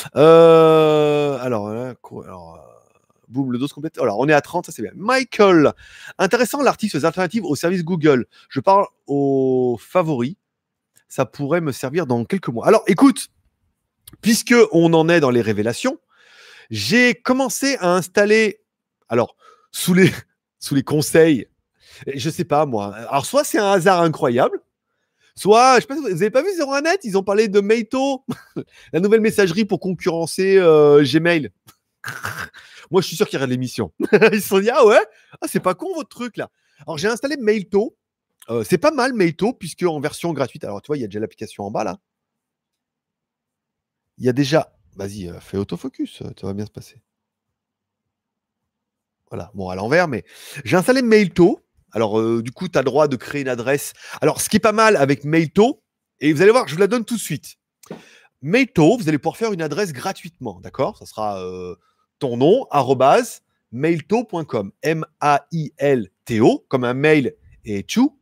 Boum, le dos complète. Alors, on est à 30, ça c'est bien. Michael, intéressant l'article sur les alternatives au service Google. Je parle aux favoris. Ça pourrait me servir dans quelques mois. Alors, écoute, puisque on en est dans les révélations, j'ai commencé à installer. Alors, sous les conseils, je sais pas moi. Alors, soit c'est un hasard incroyable, soit, je sais pas, vous avez pas vu 01net, ils ont parlé de Maito, la nouvelle messagerie pour concurrencer Gmail. Moi, je suis sûr qu'il y aurait de l'émission. Ils se sont dit, ah ouais, c'est pas con votre truc là. Alors, j'ai installé Mailto. C'est pas mal Mailto, puisque en version gratuite. Alors, tu vois, il y a déjà l'application en bas là. Il y a déjà. Vas-y, fais autofocus, ça va bien se passer. Voilà, bon, à l'envers, mais j'ai installé Mailto. Alors, du coup, tu as le droit de créer une adresse. Alors, ce qui est pas mal avec Mailto, et vous allez voir, je vous la donne tout de suite. Mailto, vous allez pouvoir faire une adresse gratuitement, d'accord? Ça sera ton nom, @mailto.com. M-A-I-L-T-O, comme un mail et to,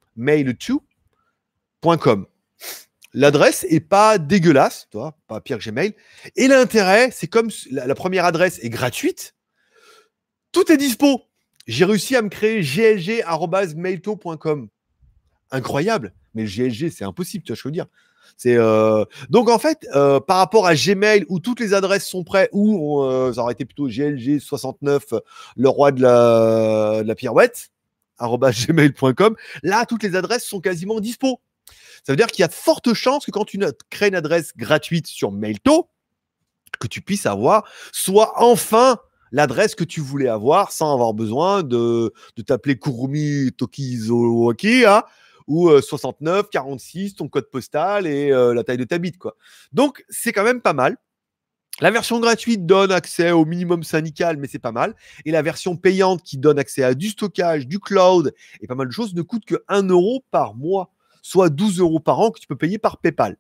mail2.com. L'adresse est pas dégueulasse, tu vois, pas pire que Gmail. Et l'intérêt, c'est comme la première adresse est gratuite, tout est dispo. J'ai réussi à me créer glg@mailto.com. Incroyable. Mais le GLG, c'est impossible, tu vois, je veux dire. Donc en fait, par rapport à Gmail où toutes les adresses sont prêtes, où ça aurait été plutôt GLG69, le roi de la pirouette, @gmail.com, là toutes les adresses sont quasiment dispo. Ça veut dire qu'il y a de fortes chances que quand tu crées une adresse gratuite sur Mailto, que tu puisses avoir soit enfin l'adresse que tu voulais avoir sans avoir besoin de t'appeler Kurumi Tokizowaki, hein, ou 69, 46, ton code postal et la taille de ta bite, quoi. Donc, c'est quand même pas mal. La version gratuite donne accès au minimum syndical, mais c'est pas mal. Et la version payante qui donne accès à du stockage, du cloud et pas mal de choses ne coûte que 1 euro par mois, soit 12 euros par an que tu peux payer par PayPal.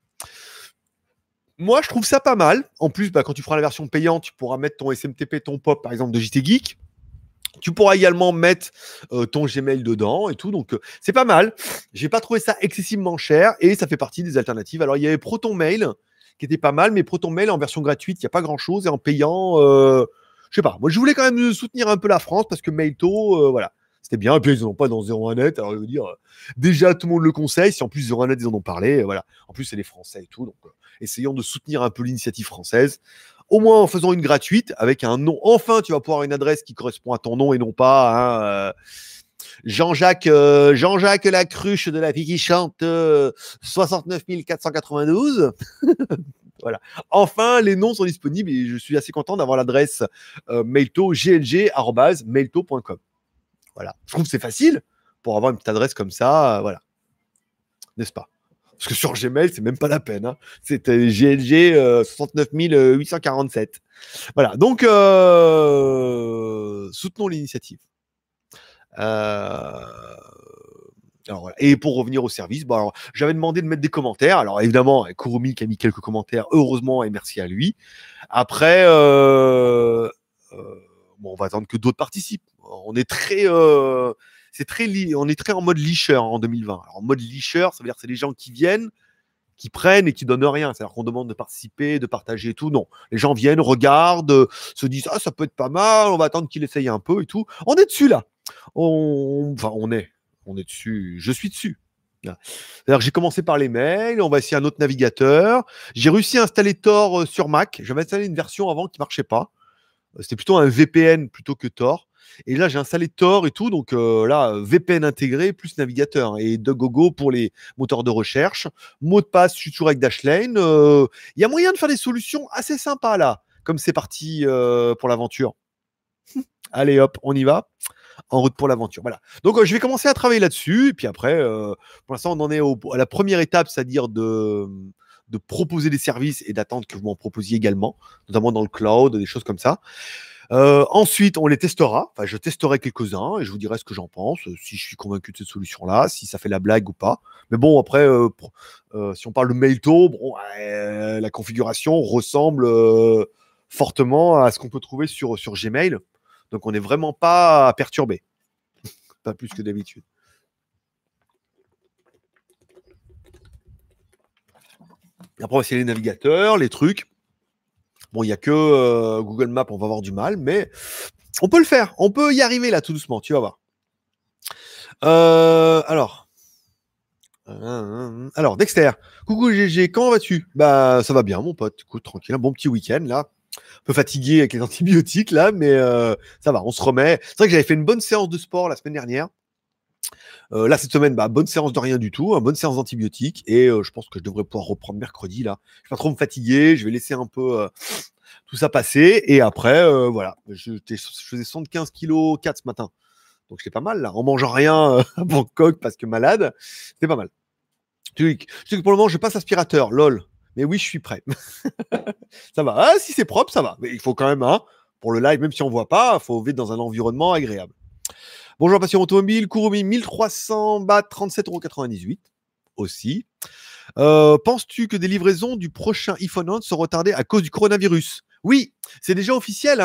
Moi, je trouve ça pas mal. En plus, quand tu feras la version payante, tu pourras mettre ton SMTP, ton POP, par exemple, de JT Geek. Tu pourras également mettre ton Gmail dedans et tout. Donc, c'est pas mal. J'ai pas trouvé ça excessivement cher et ça fait partie des alternatives. Alors, il y avait Proton Mail qui était pas mal, mais Proton Mail en version gratuite, il n'y a pas grand-chose. Et en payant, je sais pas. Moi, je voulais quand même soutenir un peu la France parce que Mailto, voilà. C'était bien. Et puis, ils n'en ont pas dans 01net. Alors, je veux dire, déjà, tout le monde le conseille. Si en plus 01net, ils en ont parlé, voilà. En plus, c'est les Français et tout. Donc, essayons de soutenir un peu l'initiative française. Au moins en faisant une gratuite avec un nom. Enfin, tu vas pouvoir une adresse qui correspond à ton nom et non pas Jean-Jacques la cruche de la fille qui chante 69 492. Voilà. Enfin, les noms sont disponibles et je suis assez content d'avoir l'adresse mailto glg@mailto.com. Voilà. Je trouve que c'est facile pour avoir une petite adresse comme ça, voilà. N'est-ce pas? Parce que sur Gmail, c'est même pas la peine. Hein. C'était GLG 69 847. Voilà. Donc, soutenons l'initiative. Alors, voilà. Et pour revenir au service, bon, alors, j'avais demandé de mettre des commentaires. Alors évidemment, Kurumi qui a mis quelques commentaires, heureusement, et merci à lui. Après, bon, on va attendre que d'autres participent. On est très, on est très en mode leacher en 2020. Alors, en mode leacher, ça veut dire que c'est les gens qui viennent, qui prennent et qui donnent rien. C'est-à-dire qu'on demande de participer, de partager et tout. Non, les gens viennent, regardent, se disent ah ça peut être pas mal, on va attendre qu'il essaye un peu et tout. On est dessus là. Enfin on est dessus. Je suis dessus. C'est-à-dire que j'ai commencé par les mails, on va essayer un autre navigateur. J'ai réussi à installer Tor sur Mac. J'avais installé une version avant qui marchait pas. C'était plutôt un VPN plutôt que Tor. Et là, j'ai installé Tor et tout. Donc là, VPN intégré plus navigateur. Et DuckDuckGo pour les moteurs de recherche. Mot de passe, je suis toujours avec Dashlane. Il y a moyen de faire des solutions assez sympas là. Comme c'est parti pour l'aventure. Allez hop, on y va. En route pour l'aventure. Voilà. Donc, je vais commencer à travailler là-dessus. Et puis après, pour l'instant, on en est à la première étape, c'est-à-dire de proposer des services et d'attendre que vous m'en proposiez également, notamment dans le cloud, des choses comme ça. Ensuite, on les testera. Enfin, je testerai quelques-uns et je vous dirai ce que j'en pense, si je suis convaincu de cette solution-là, si ça fait la blague ou pas. Mais bon, après, si on parle de Mailto, bon, la configuration ressemble fortement à ce qu'on peut trouver sur Gmail. Donc, on n'est vraiment pas perturbé. Pas plus que d'habitude. Après, on va essayer les navigateurs, les trucs. Bon, il n'y a que Google Maps, on va avoir du mal, mais on peut le faire. On peut y arriver là, tout doucement. Tu vas voir. Alors, Dexter. Coucou GG, comment vas-tu? Bah, ça va bien, mon pote. Écoute, tranquille, un bon petit week-end là. Un peu fatigué avec les antibiotiques là, mais ça va, on se remet. C'est vrai que j'avais fait une bonne séance de sport la semaine dernière. Là, cette semaine, bah, bonne séance de rien du tout, bonne séance d'antibiotiques. Et je pense que je devrais pouvoir reprendre mercredi. Là. Je ne vais pas trop me fatiguer. Je vais laisser un peu tout ça passer. Et après, voilà. Je faisais 75 kg 4 ce matin. Donc, j'étais pas mal là. En mangeant rien à Bangkok parce que malade. C'était pas mal. Je sais que pour le moment, je passe aspirateur. Lol. Mais oui, je suis prêt. Ça va. Ah, si c'est propre, ça va. Mais il faut quand même, pour le live, même si on ne voit pas, il faut vivre dans un environnement agréable. Bonjour passion automobile, Kurumi 1300 bahts, 37,98 € aussi. Penses-tu que des livraisons du prochain iPhone 11 sont retardées à cause du coronavirus? Oui, c'est déjà officiel.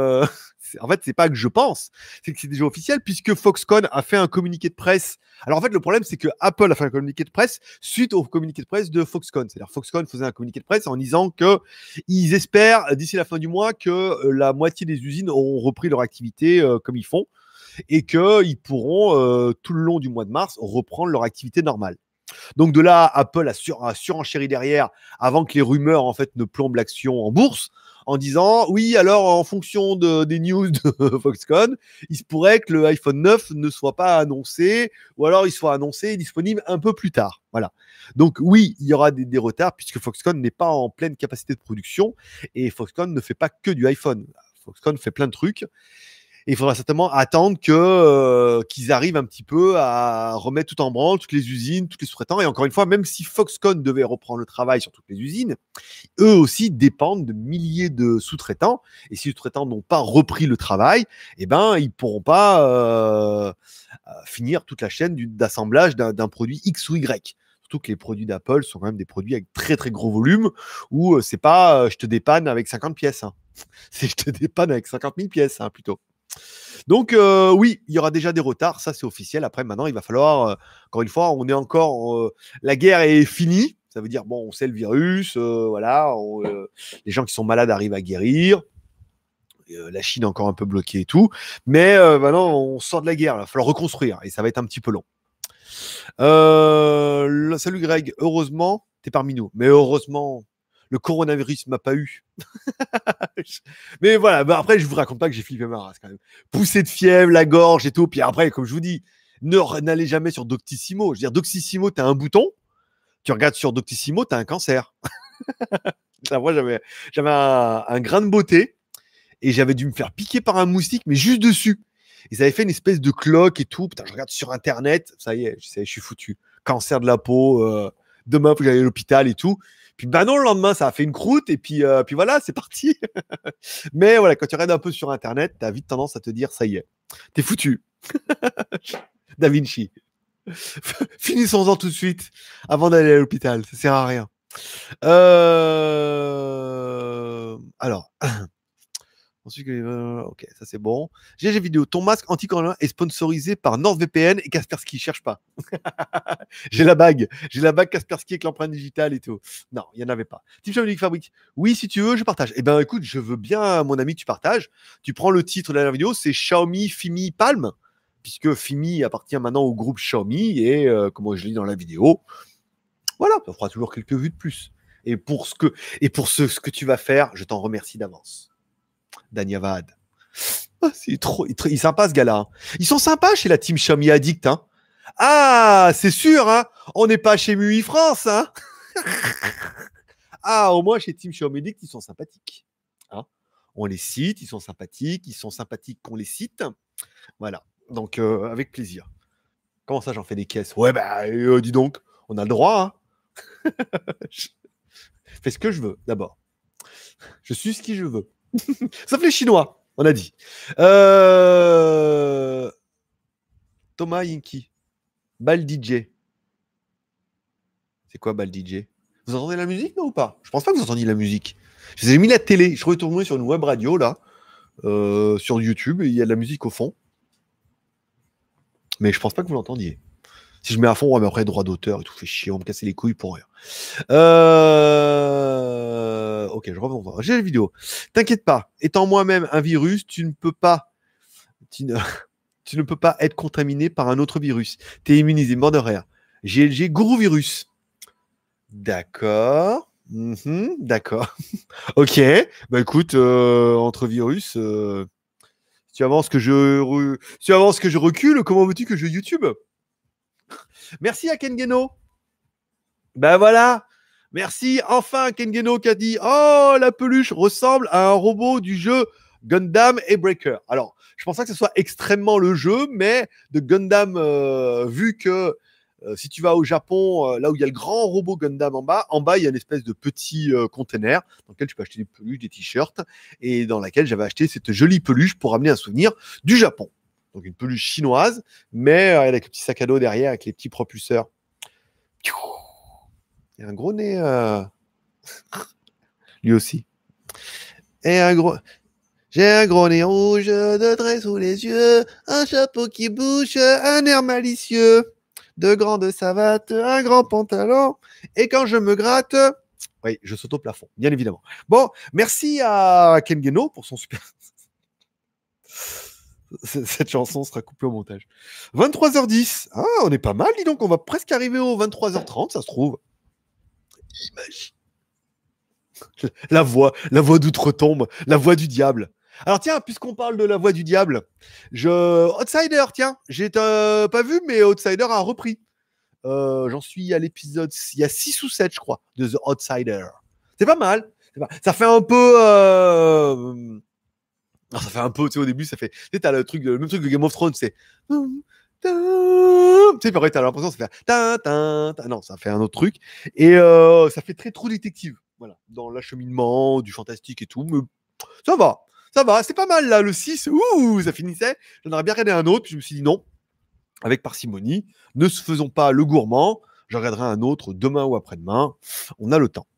En fait, c'est pas que je pense, c'est que c'est déjà officiel puisque Foxconn a fait un communiqué de presse. Alors en fait, le problème, c'est que Apple a fait un communiqué de presse suite au communiqué de presse de Foxconn. C'est-à-dire Foxconn faisait un communiqué de presse en disant qu'ils espèrent d'ici la fin du mois que la moitié des usines auront repris leur activité comme ils font et qu'ils pourront tout le long du mois de mars reprendre leur activité normale. Donc de là, Apple a surenchéri derrière avant que les rumeurs en fait ne plombent l'action en bourse en disant oui, alors en fonction des news de Foxconn, il se pourrait que le iPhone 9 ne soit pas annoncé ou alors il soit annoncé et disponible un peu plus tard. Voilà. Donc oui, il y aura des retards puisque Foxconn n'est pas en pleine capacité de production et Foxconn ne fait pas que du iPhone. Foxconn fait plein de trucs. Et il faudra certainement attendre qu'ils arrivent un petit peu à remettre tout en branle, toutes les usines, tous les sous-traitants. Et encore une fois, même si Foxconn devait reprendre le travail sur toutes les usines, eux aussi dépendent de milliers de sous-traitants. Et si les sous-traitants n'ont pas repris le travail, eh ben, ils ne pourront pas finir toute la chaîne d'assemblage d'un produit X ou Y. Surtout que les produits d'Apple sont quand même des produits avec très très gros volume où c'est pas je te dépanne avec 50 pièces. C'est je te dépanne avec 50 000 pièces plutôt. Donc oui, il y aura déjà des retards, ça c'est officiel. Après maintenant, il va falloir, encore une fois, on est encore, la guerre est finie. Ça veut dire bon, on sait le virus, voilà, les gens qui sont malades arrivent à guérir. La Chine est encore un peu bloquée et tout, mais maintenant on sort de la guerre. Il va falloir reconstruire et ça va être un petit peu long. Salut Greg, heureusement t'es parmi nous, mais heureusement le coronavirus m'a pas eu. Mais voilà, bah après, je vous raconte pas que j'ai flippé ma race quand même. Poussée de fièvre, la gorge et tout. Puis après, comme je vous dis, n'allez jamais sur Doctissimo. Je veux dire, Doctissimo, t'as un bouton. Tu regardes sur Doctissimo, t'as un cancer. Moi, j'avais un grain de beauté et j'avais dû me faire piquer par un moustique, mais juste dessus. Et ça avait fait une espèce de cloque et tout. Putain, je regarde sur Internet. Ça y est, je suis foutu. Cancer de la peau. Demain, il faut que j'aille à l'hôpital et tout. Puis bah non, le lendemain, ça a fait une croûte et puis voilà, c'est parti. Mais voilà, quand tu regardes un peu sur Internet, tu as vite tendance à te dire, ça y est, t'es foutu. Da Vinci. Finissons-en tout de suite avant d'aller à l'hôpital. Ça sert à rien. Alors. Ensuite, ok, ça c'est bon. GG vidéo. Ton masque anti-corona est sponsorisé par NordVPN et Kaspersky. Cherche pas. J'ai la bague. J'ai la bague Kaspersky avec l'empreinte digitale et tout. Non, il n'y en avait pas. Team Xiaomi Fabrique. Oui, si tu veux, je partage. Eh ben, écoute, je veux bien, mon ami, tu partages. Tu prends le titre de la vidéo, c'est Xiaomi Fimi Palm, puisque Fimi appartient maintenant au groupe Xiaomi et, comme je lis dans la vidéo, voilà, ça fera toujours quelques vues de plus. Et pour ce que tu vas faire, je t'en remercie d'avance. Danyavad. Oh, il est sympa ce gars-là. Ils sont sympas chez la team Xiaomi Addict. Hein. Ah, c'est sûr, hein. On n'est pas chez MUI France. Hein. Ah, au moins chez team Xiaomi Addict, ils sont sympathiques. Hein. On les cite, ils sont sympathiques qu'on les cite. Voilà, donc avec plaisir. Comment ça, j'en fais des caisses? Ouais, bah, dis donc, on a le droit. Hein. Je fais ce que je veux, d'abord. Je suis ce qui je veux. Sauf les Chinois, on a dit. Thomas Yinki. Bal DJ. C'est quoi Bal DJ? Vous entendez la musique, non, ou pas? Je pense pas que vous entendiez la musique. Je vous ai mis la télé. Je retourne sur une web radio, là, sur YouTube, et il y a de la musique au fond. Mais je pense pas que vous l'entendiez. Si je mets à fond, ouais, mais après, droit d'auteur et tout, fait chier, on me casser les couilles pour rien. Ok, je reviens voir. J'ai la vidéo. T'inquiète pas, étant moi-même un virus, tu ne peux pas être contaminé par un autre virus. T'es immunisé, mort de rien. GLG Guru Virus. D'accord. D'accord. Ok. Bah écoute, entre virus, si tu avances que je recule, comment veux-tu que je YouTube? Merci à Kengeno. Ben voilà. Merci enfin Kengeno qui a dit oh, la peluche ressemble à un robot du jeu Gundam et Breaker. Alors, je pense pas que ce soit extrêmement le jeu, mais de Gundam, vu que si tu vas au Japon, là où il y a le grand robot Gundam en bas, il y a une espèce de petit container dans lequel tu peux acheter des peluches, des t-shirts, et dans laquelle j'avais acheté cette jolie peluche pour ramener un souvenir du Japon. Donc une peluche chinoise, mais avec le petit sac à dos derrière, avec les petits propulseurs. Il y a un gros nez, lui aussi. Et un gros... J'ai un gros nez rouge, de traits sous les yeux, un chapeau qui bouge, un air malicieux, de grandes savates, un grand pantalon, et quand je me gratte... Oui, je saute au plafond, bien évidemment. Bon, merci à Kengeno pour son super... Cette chanson sera coupée au montage. 23h10. Ah, on est pas mal, dis donc. On va presque arriver aux 23h30, ça se trouve. Imagine. La voix d'outre-tombe, la voix du diable. Alors tiens, puisqu'on parle de la voix du diable, Outsider, tiens, j'ai pas vu, mais Outsider a repris. J'en suis à l'épisode, il y a 6 ou 7, je crois, de The Outsider. C'est pas mal. Ça fait un peu... Non, ça fait un peu, tu sais, au début, ça fait... Tu sais, t'as le même truc de Game of Thrones, c'est... Tu sais, pareil, t'as l'impression que ça fait... Non, ça fait un autre truc. Et ça fait très True Détective. Voilà, dans l'acheminement, du fantastique et tout. Mais ça va, c'est pas mal, là, le 6. Ouh, ça finissait. J'en aurais bien regardé un autre, puis je me suis dit non, avec parcimonie, ne se faisons pas le gourmand. J'en regarderai un autre demain ou après-demain. On a le temps.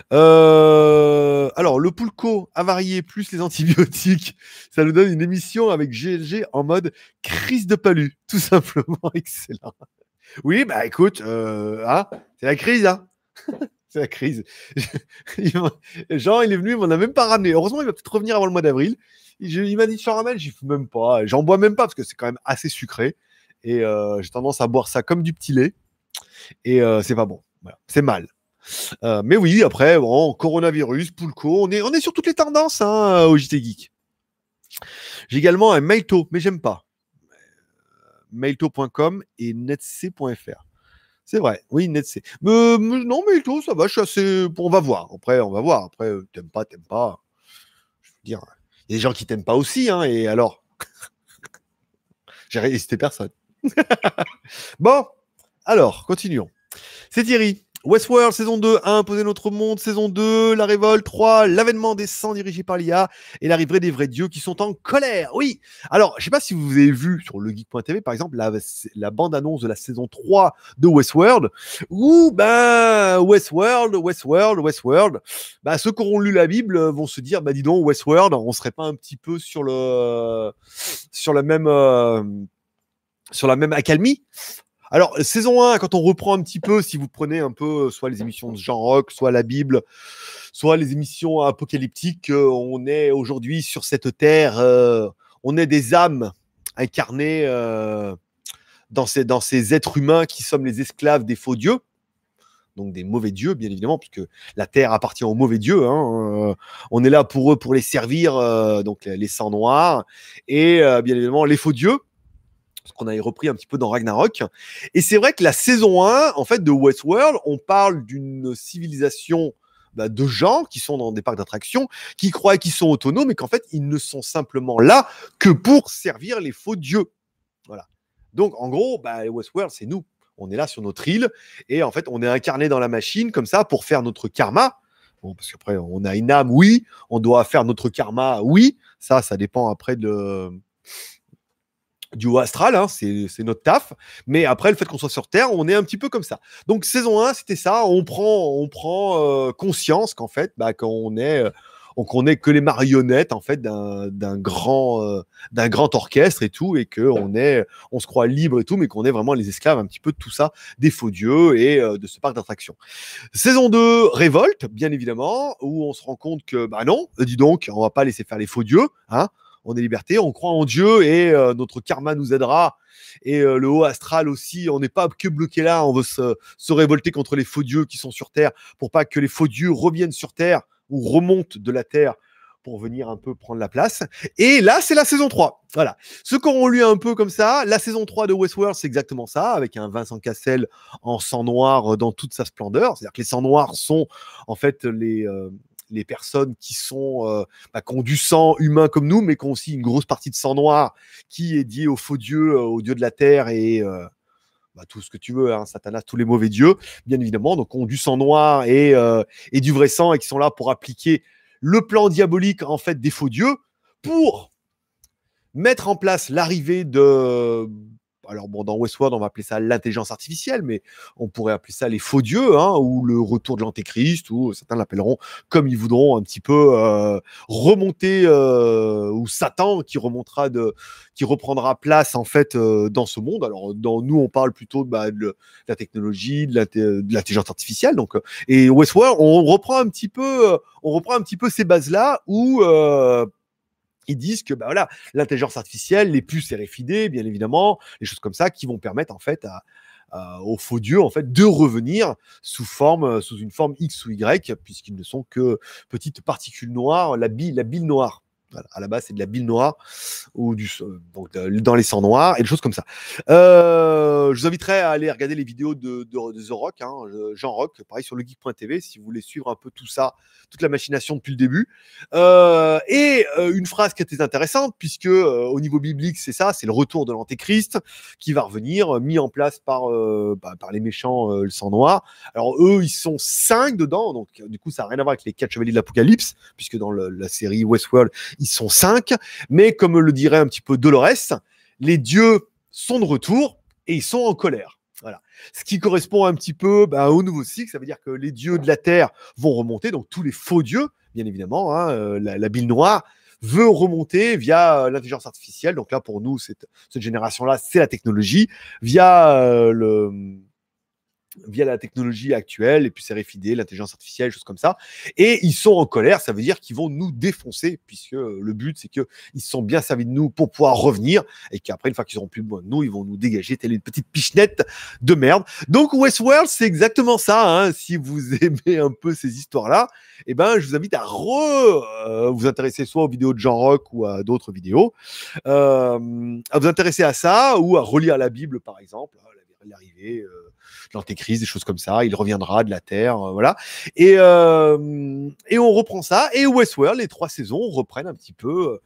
Alors, le Poulco avarié plus les antibiotiques, ça nous donne une émission avec GLG en mode crise de palu. Tout simplement excellent. Oui, bah écoute, c'est la crise, hein. C'est la crise. Jean, il est venu, il m'en a même pas ramené. Heureusement, il va peut-être revenir avant le mois d'avril. Il m'a dit, je t'en ramène, j'y fous même pas. J'en bois même pas parce que c'est quand même assez sucré. Et j'ai tendance à boire ça comme du petit lait. Et c'est pas bon. Voilà. C'est mal. Mais oui, après, bon, coronavirus, Poulco, on est sur toutes les tendances hein, au JT Geek. J'ai également un Mailto, mais j'aime pas. Mailto.com et netc.fr. C'est vrai, oui, Netc. Mais non, Mailto, ça va, je suis assez... On va voir. Après, t'aimes pas. Je veux dire, il y a des gens qui t'aiment pas aussi, hein, et alors j'ai résisté personne. Bon, alors, continuons. C'est Thierry. Westworld, saison 2, a imposé notre monde. Saison 2, la révolte. 3, l'avènement des sangs dirigés par l'IA et l'arrivée des vrais dieux qui sont en colère. Oui. Alors, je sais pas si vous avez vu sur legeek.tv, par exemple, la bande-annonce de la saison 3 de Westworld, où, Westworld, ceux qui auront lu la Bible vont se dire, dis donc, Westworld, on serait pas un petit peu sur la même accalmie. Alors, saison 1, quand on reprend un petit peu, si vous prenez un peu soit les émissions de Jean Rock, soit la Bible, soit les émissions apocalyptiques, on est aujourd'hui sur cette terre, on est des âmes incarnées dans ces êtres humains qui sommes les esclaves des faux dieux, donc des mauvais dieux, bien évidemment, puisque la terre appartient aux mauvais dieux. On est là pour eux, pour les servir, donc les sangs noirs, et bien évidemment les faux dieux, ce qu'on avait repris un petit peu dans Ragnarok. Et c'est vrai que la saison 1, en fait, de Westworld, on parle d'une civilisation de gens qui sont dans des parcs d'attractions, qui croient qu'ils sont autonomes, mais qu'en fait, ils ne sont simplement là que pour servir les faux dieux. Voilà. Donc, en gros, Westworld, c'est nous. On est là sur notre île, et en fait, on est incarné dans la machine, comme ça, pour faire notre karma. Bon, parce qu'après, on a une âme, oui. On doit faire notre karma, oui. Ça dépend après du haut astral, c'est notre taf, mais après le fait qu'on soit sur Terre, on est un petit peu comme ça. Donc saison 1, c'était ça, on prend conscience qu'en fait, qu'on est que les marionnettes en fait d'un grand orchestre et tout, et que on se croit libre et tout, mais qu'on est vraiment les esclaves un petit peu de tout ça, des faux dieux et de ce parc d'attractions. Saison 2, révolte, bien évidemment, où on se rend compte que non, dis donc, on va pas laisser faire les faux dieux, on est liberté, on croit en Dieu et notre karma nous aidera. Et le haut astral aussi, on n'est pas que bloqué là, on veut se révolter contre les faux dieux qui sont sur Terre pour pas que les faux dieux reviennent sur Terre ou remontent de la Terre pour venir un peu prendre la place. Et là, c'est la saison 3. Voilà. Ceux qui auront lu un peu comme ça, la saison 3 de Westworld, c'est exactement ça, avec un Vincent Cassel en sang noir dans toute sa splendeur. C'est-à-dire que les sangs noirs sont en fait les personnes qui sont qui ont du sang humain comme nous, mais qui ont aussi une grosse partie de sang noir qui est liée aux faux dieux, aux dieux de la terre et tout ce que tu veux, Satanas, tous les mauvais dieux, bien évidemment, donc ont du sang noir et du vrai sang et qui sont là pour appliquer le plan diabolique en fait des faux dieux pour mettre en place l'arrivée de... Alors bon, dans Westworld, on va appeler ça l'intelligence artificielle, mais on pourrait appeler ça les faux dieux, ou le retour de l'antéchrist, ou certains l'appelleront comme ils voudront, un petit peu remonter, ou Satan qui reprendra place en fait dans ce monde. Alors nous, on parle plutôt de la technologie, de l'intelligence artificielle. Donc, et Westworld, on reprend un petit peu ces bases-là où ils disent que l'intelligence artificielle, les puces RFID, bien évidemment, les choses comme ça qui vont permettre en fait aux faux dieux en fait de revenir sous une forme X ou Y, puisqu'ils ne sont que petites particules noires, la bile noire. Voilà, à la base, c'est de la bile noire ou dans les sangs noirs et des choses comme ça. Je vous inviterai à aller regarder les vidéos de The Rock, Jean Rock, pareil sur legeek.tv, si vous voulez suivre un peu tout ça, toute la machination depuis le début. Et une phrase qui était intéressante, puisque au niveau biblique, c'est ça, c'est le retour de l'antéchrist qui va revenir, mis en place par les méchants, le sang noir. Alors eux, ils sont 5 dedans, donc du coup, ça n'a rien à voir avec les 4 chevaliers de l'Apocalypse, puisque dans la série Westworld, ils sont 5, mais comme le dirait un petit peu Dolores, les dieux sont de retour et ils sont en colère. Voilà. Ce qui correspond un petit peu au nouveau cycle, ça veut dire que les dieux de la terre vont remonter, donc tous les faux dieux, bien évidemment, la bile noire veut remonter via l'intelligence artificielle. Donc là, pour nous, cette génération-là, c'est la technologie, via la technologie actuelle, et puis c'est RFID, l'intelligence artificielle, choses comme ça. Et ils sont en colère, ça veut dire qu'ils vont nous défoncer, puisque le but, c'est qu'ils se sont bien servis de nous pour pouvoir revenir, et qu'après, une fois qu'ils auront plus besoin de nous, ils vont nous dégager telle une petite pichenette de merde. Donc Westworld, c'est exactement ça. Si vous aimez un peu ces histoires-là, je vous invite à vous intéresser soit aux vidéos de Jean Rock ou à d'autres vidéos, à vous intéresser à ça, ou à relire la Bible, par exemple. l'arrivée de l'antéchrist, des choses comme ça. Il reviendra de la Terre, voilà. Et on reprend ça. Et Westworld, les 3 saisons reprennent un petit peu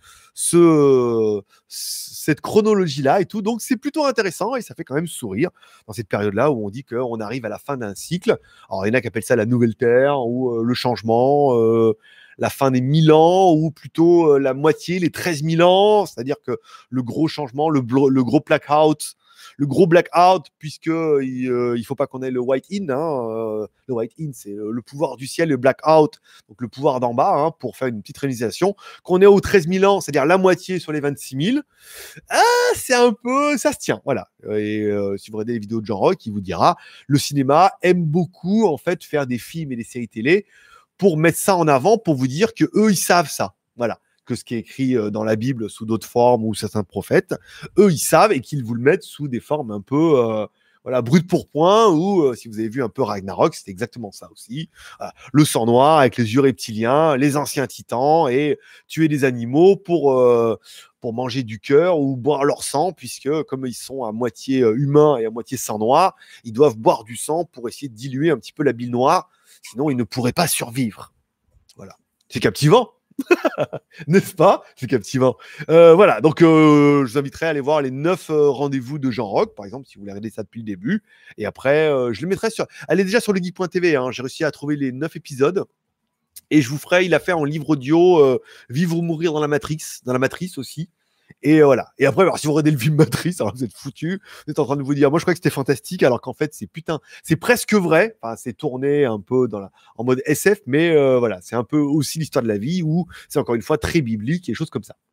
cette chronologie-là et tout. Donc, c'est plutôt intéressant et ça fait quand même sourire dans cette période-là où on dit qu'on arrive à la fin d'un cycle. Alors, il y en a qui appellent ça la nouvelle Terre ou le changement, la fin des 1000 ans ou plutôt la moitié, les 13 000 ans. C'est-à-dire que le gros changement, le gros blackout, puisque il faut pas qu'on ait le white in. Le white in, c'est le pouvoir du ciel, le blackout, donc le pouvoir d'en bas, hein, pour faire une petite réalisation. Qu'on est aux 13 000 ans, c'est-à-dire la moitié sur les 26 000. C'est un peu, ça se tient, voilà. Et si vous regardez les vidéos de Jean Rock, il vous dira, le cinéma aime beaucoup en fait faire des films et des séries télé pour mettre ça en avant, pour vous dire que eux ils savent ça, voilà, que ce qui est écrit dans la Bible sous d'autres formes ou certains prophètes, eux ils savent et qu'ils vous le mettent sous des formes un peu voilà, brut pour point, ou si vous avez vu un peu Ragnarok, c'était exactement ça aussi. Le sang noir avec les yeux reptiliens, les anciens titans, et tuer des animaux pour manger du cœur ou boire leur sang, puisque comme ils sont à moitié humains et à moitié sang noir, ils doivent boire du sang pour essayer de diluer un petit peu la bile noire, sinon ils ne pourraient pas survivre. Voilà. C'est captivant. N'est-ce pas? C'est captivant. Voilà, donc je vous inviterai à aller voir les 9 rendez-vous de Jean Rock, par exemple, si vous voulez regarder ça depuis le début. Et après, je le mettrai sur... Elle est déjà sur legeek.tv, hein. J'ai réussi à trouver les 9 épisodes. Et je vous ferai, il a fait en livre audio Vivre ou mourir dans la matrice aussi. Et voilà. Et après, alors, si vous regardez le film Matrice, alors vous êtes foutus. Vous êtes en train de vous dire, moi je crois que c'était fantastique, alors qu'en fait, c'est presque vrai. Enfin, c'est tourné un peu en mode SF, mais voilà, c'est un peu aussi l'histoire de la vie, où c'est encore une fois très biblique et choses comme ça.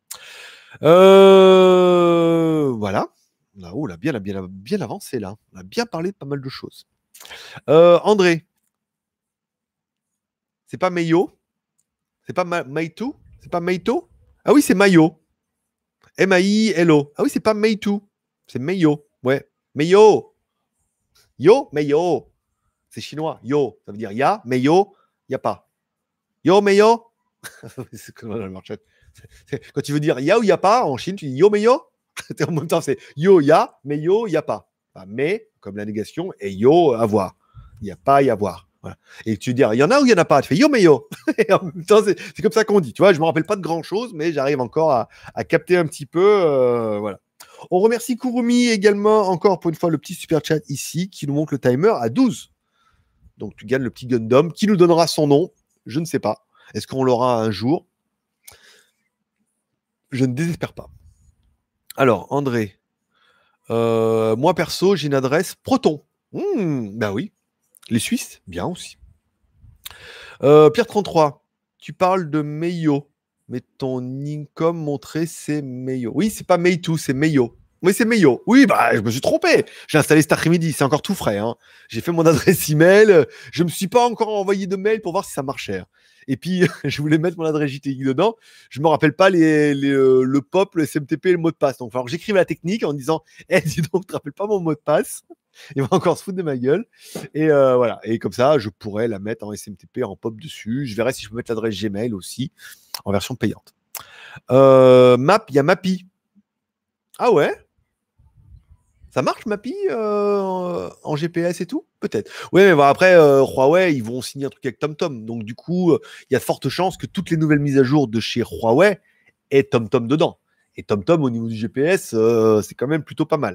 Voilà. Là, on a bien avancé là. On a bien parlé de pas mal de choses. André, c'est pas Mayo? C'est pas Maito? C'est pas Maito? Ah oui, c'est Mayo. M-A-I-L-O. Ah oui, c'est pas Meitu. C'est Meio. Ouais. Meio. Yo, Meio. C'est chinois. Yo. Ça veut dire ya, Meio, y a pas. Yo, Meio. C'est comme dans la marchette. Quand tu veux dire ya ou y a pas, en Chine, tu dis yo, Meio. En même temps, c'est yo, ya, Meio, y a pas. Enfin, mais, comme la négation, et yo, avoir. Il n'y a pas, y avoir. Voilà. Et tu dis, il y en a ou il n'y en a pas? Tu fais yo, Meio. Et en même temps, c'est comme ça qu'on dit. Tu vois, je ne me rappelle pas de grand chose, mais j'arrive encore à capter un petit peu. Voilà. On remercie Kurumi également, encore pour une fois, le petit super chat ici, qui nous montre le timer à 12. Donc, tu gagnes le petit Gundam. Qui nous donnera son nom? Je ne sais pas. Est-ce qu'on l'aura un jour? Je ne désespère pas. Alors, André. Moi, perso, j'ai une adresse Proton. Ben oui. Les Suisses, bien aussi. Pierre 33, tu parles de Meio, mais ton income montré, c'est Meio. Oui, c'est pas Meitu, c'est Meio. Oui, c'est Meio. Oui, bah, je me suis trompé. J'ai installé cet après-midi, c'est encore tout frais. Hein. J'ai fait mon adresse email. Je me suis pas encore envoyé de mail pour voir si ça marchait. Et puis, je voulais mettre mon adresse JTI dedans. Je me rappelle pas le POP, le SMTP et le mot de passe. Donc, j'écrivais la technique en disant, dis donc, tu te rappelles pas mon mot de passe? Il va encore se foutre de ma gueule. Et voilà. Et comme ça, je pourrais la mettre en SMTP, en pop dessus. Je verrai si je peux mettre l'adresse Gmail aussi en version payante. Map, il y a Mappy. Ah ouais? Ça marche Mappy en GPS et tout? Peut-être. Oui, mais bon, après, Huawei, ils vont signer un truc avec TomTom. Donc du coup, il y a de fortes chances que toutes les nouvelles mises à jour de chez Huawei aient TomTom dedans. Et TomTom, au niveau du GPS, c'est quand même plutôt pas mal.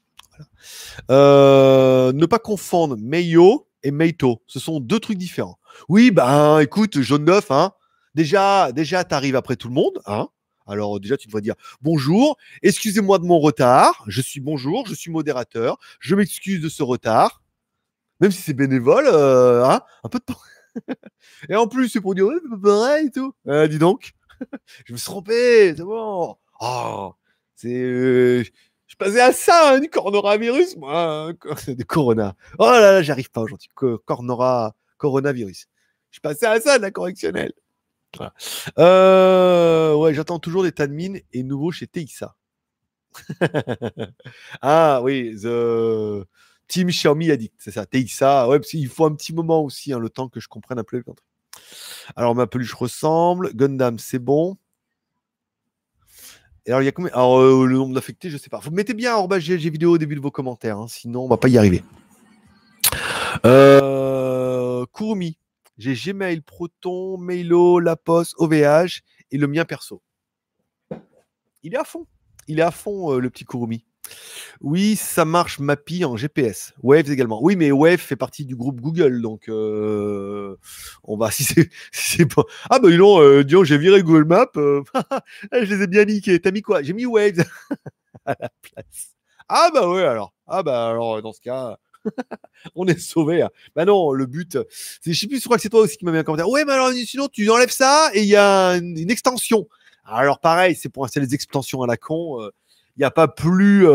Voilà. Ne pas confondre Meio et Meito. Ce sont deux trucs différents. Oui, ben écoute, jaune neuf, hein. Déjà, t'arrives après tout le monde, hein. Alors déjà, tu devrais dire bonjour, excusez-moi de mon retard. Je suis modérateur. Je m'excuse de ce retard, même si c'est bénévole, hein, un peu de temps. Et en plus, c'est pour dire pareil et tout. Dis donc, je me suis trompé, c'est bon. Oh, c'est je passais à ça, hein, du coronavirus, moi. Du corona. Oh là là, j'arrive pas aujourd'hui. Coronavirus. Je passais à ça, de la correctionnelle. Voilà. Ouais, j'attends toujours des tas de mines et nouveau chez TXA. Ah oui, The Team Xiaomi Addict, c'est ça. TXA, ouais, parce qu'il faut un petit moment aussi, hein, le temps que je comprenne un peu les plaisanteries. Alors, ma peluche ressemble. Gundam, c'est bon. Et alors, il y a combien? Alors, le nombre d'affectés, je sais pas. Vous mettez bien @GLG vidéo au début de vos commentaires, hein, sinon on va pas y arriver. Kurumi. J'ai Gmail, Proton, Mailo, La Poste, OVH et le mien perso. Il est à fond. Il est à fond, le petit Kurumi. Oui, ça marche Mappy en GPS. Waves également. Oui, mais Wave fait partie du groupe Google, donc on va si c'est pas. Ah bah dis donc, j'ai viré Google Maps. Je les ai bien niqués. T'as mis quoi? J'ai mis Waves à la place. Ah bah ouais alors. Ah bah alors dans ce cas, on est sauvé. Hein. Bah non, le but, c'est, je sais plus, je crois que c'est toi aussi qui m'a mis un commentaire. Ouais, mais alors sinon tu enlèves ça et il y a une extension. Alors pareil, c'est pour installer des extensions à la con. Il n'y a pas plus,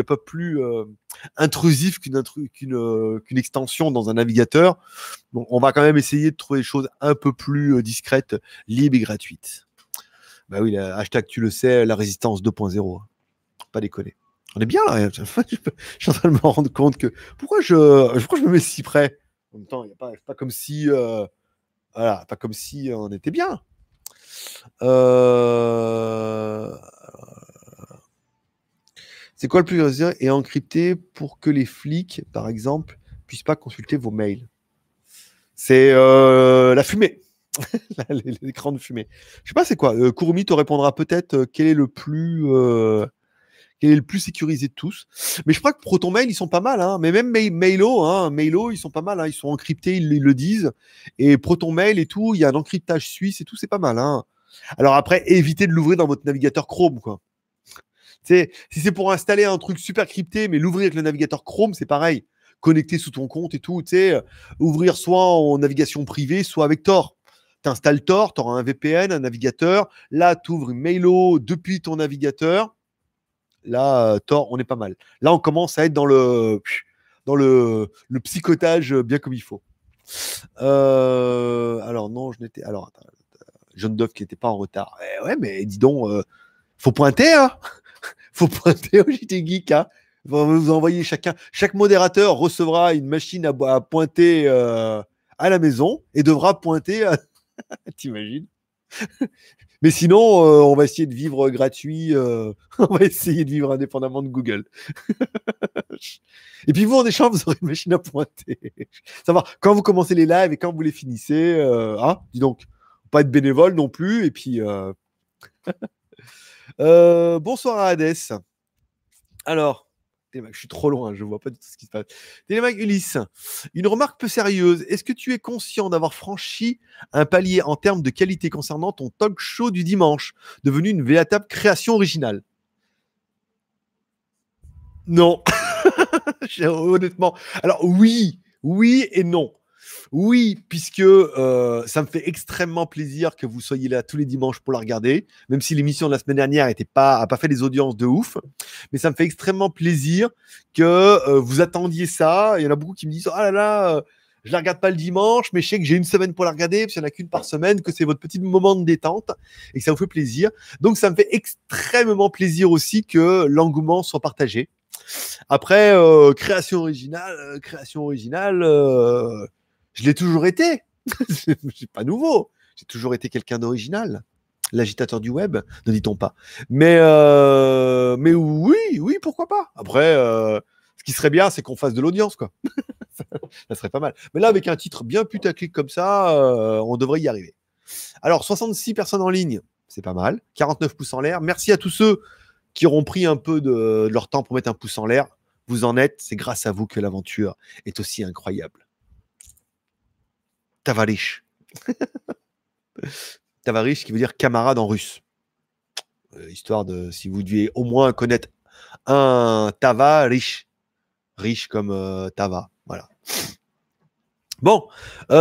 intrusif qu'une extension dans un navigateur. Donc, on va quand même essayer de trouver des choses un peu plus discrètes, libres et gratuites. Bah oui, hashtag tu le sais, la résistance 2.0. Pas déconner. On est bien là. Je suis en train de me rendre compte que pourquoi je me mets si près. En même temps, il y a pas comme si, voilà, pas comme si on était bien. C'est quoi le plus gros et encrypté pour que les flics, par exemple, puissent pas consulter vos mails? C'est la fumée. L'écran de fumée. Je sais pas c'est quoi. Kurumi te répondra peut-être quel est le plus sécurisé de tous. Mais je crois que Proton Mail, ils sont pas mal. Hein. Mais même Mailo, ils sont pas mal. Hein. Ils sont encryptés, ils le disent. Et Proton Mail et tout, il y a un encryptage suisse et tout, c'est pas mal. Hein. Alors après, évitez de l'ouvrir dans votre navigateur Chrome, quoi. Si c'est pour installer un truc super crypté, mais l'ouvrir avec le navigateur Chrome, c'est pareil. Connecté sous ton compte et tout, ouvrir soit en navigation privée, soit avec Tor. Tu installes Tor, tu auras un VPN, un navigateur. Là, tu ouvres une Mailo depuis ton navigateur. Là, Tor, on est pas mal. Là, on commence à être dans le psychotage bien comme il faut. Alors, non, je n'étais. Alors, attends, John Dove qui n'était pas en retard. Ouais, mais dis donc, faut pointer, hein. Faut pointer au JT Geek. Hein. Vous envoyez chaque modérateur recevra une machine à pointer à la maison et devra pointer. T'imagines? Mais sinon, on va essayer de vivre gratuit. On va essayer de vivre indépendamment de Google. Et puis vous, en échange, vous aurez une machine à pointer. Savoir quand vous commencez les lives et quand vous les finissez. Hein, dis donc, pas être bénévole non plus. Et puis, bonsoir à Hades. Alors, je suis trop loin, je vois pas du tout ce qui se passe. Télémac Ulysse, une remarque peu sérieuse. Est-ce que tu es conscient d'avoir franchi un palier en termes de qualité concernant ton talk show du dimanche, devenu une véritable création originale? Non. Honnêtement. Alors oui et non. Oui, puisque ça me fait extrêmement plaisir que vous soyez là tous les dimanches pour la regarder, même si l'émission de la semaine dernière n'a pas fait des audiences de ouf. Mais ça me fait extrêmement plaisir que vous attendiez ça. Il y en a beaucoup qui me disent « Ah là là, je la regarde pas le dimanche, mais je sais que j'ai une semaine pour la regarder, parce qu'il n'y en a qu'une par semaine, que c'est votre petit moment de détente et que ça vous fait plaisir. » Donc ça me fait extrêmement plaisir aussi que l'engouement soit partagé. Après, création originale, je l'ai toujours été. C'est pas nouveau. J'ai toujours été quelqu'un d'original. L'agitateur du web, ne dit-on pas. Mais oui, pourquoi pas. Après, ce qui serait bien, c'est qu'on fasse de l'audience, quoi. Ça serait pas mal. Mais là, avec un titre bien putaclic comme ça, on devrait y arriver. Alors, 66 personnes en ligne, c'est pas mal. 49 pouces en l'air. Merci à tous ceux qui auront pris un peu de leur temps pour mettre un pouce en l'air. Vous en êtes, c'est grâce à vous que l'aventure est aussi incroyable. Tavarish. Tavarish qui veut dire camarade en russe. Histoire de, si vous deviez au moins connaître un Tavarish. Riche comme Tava. Voilà. Bon.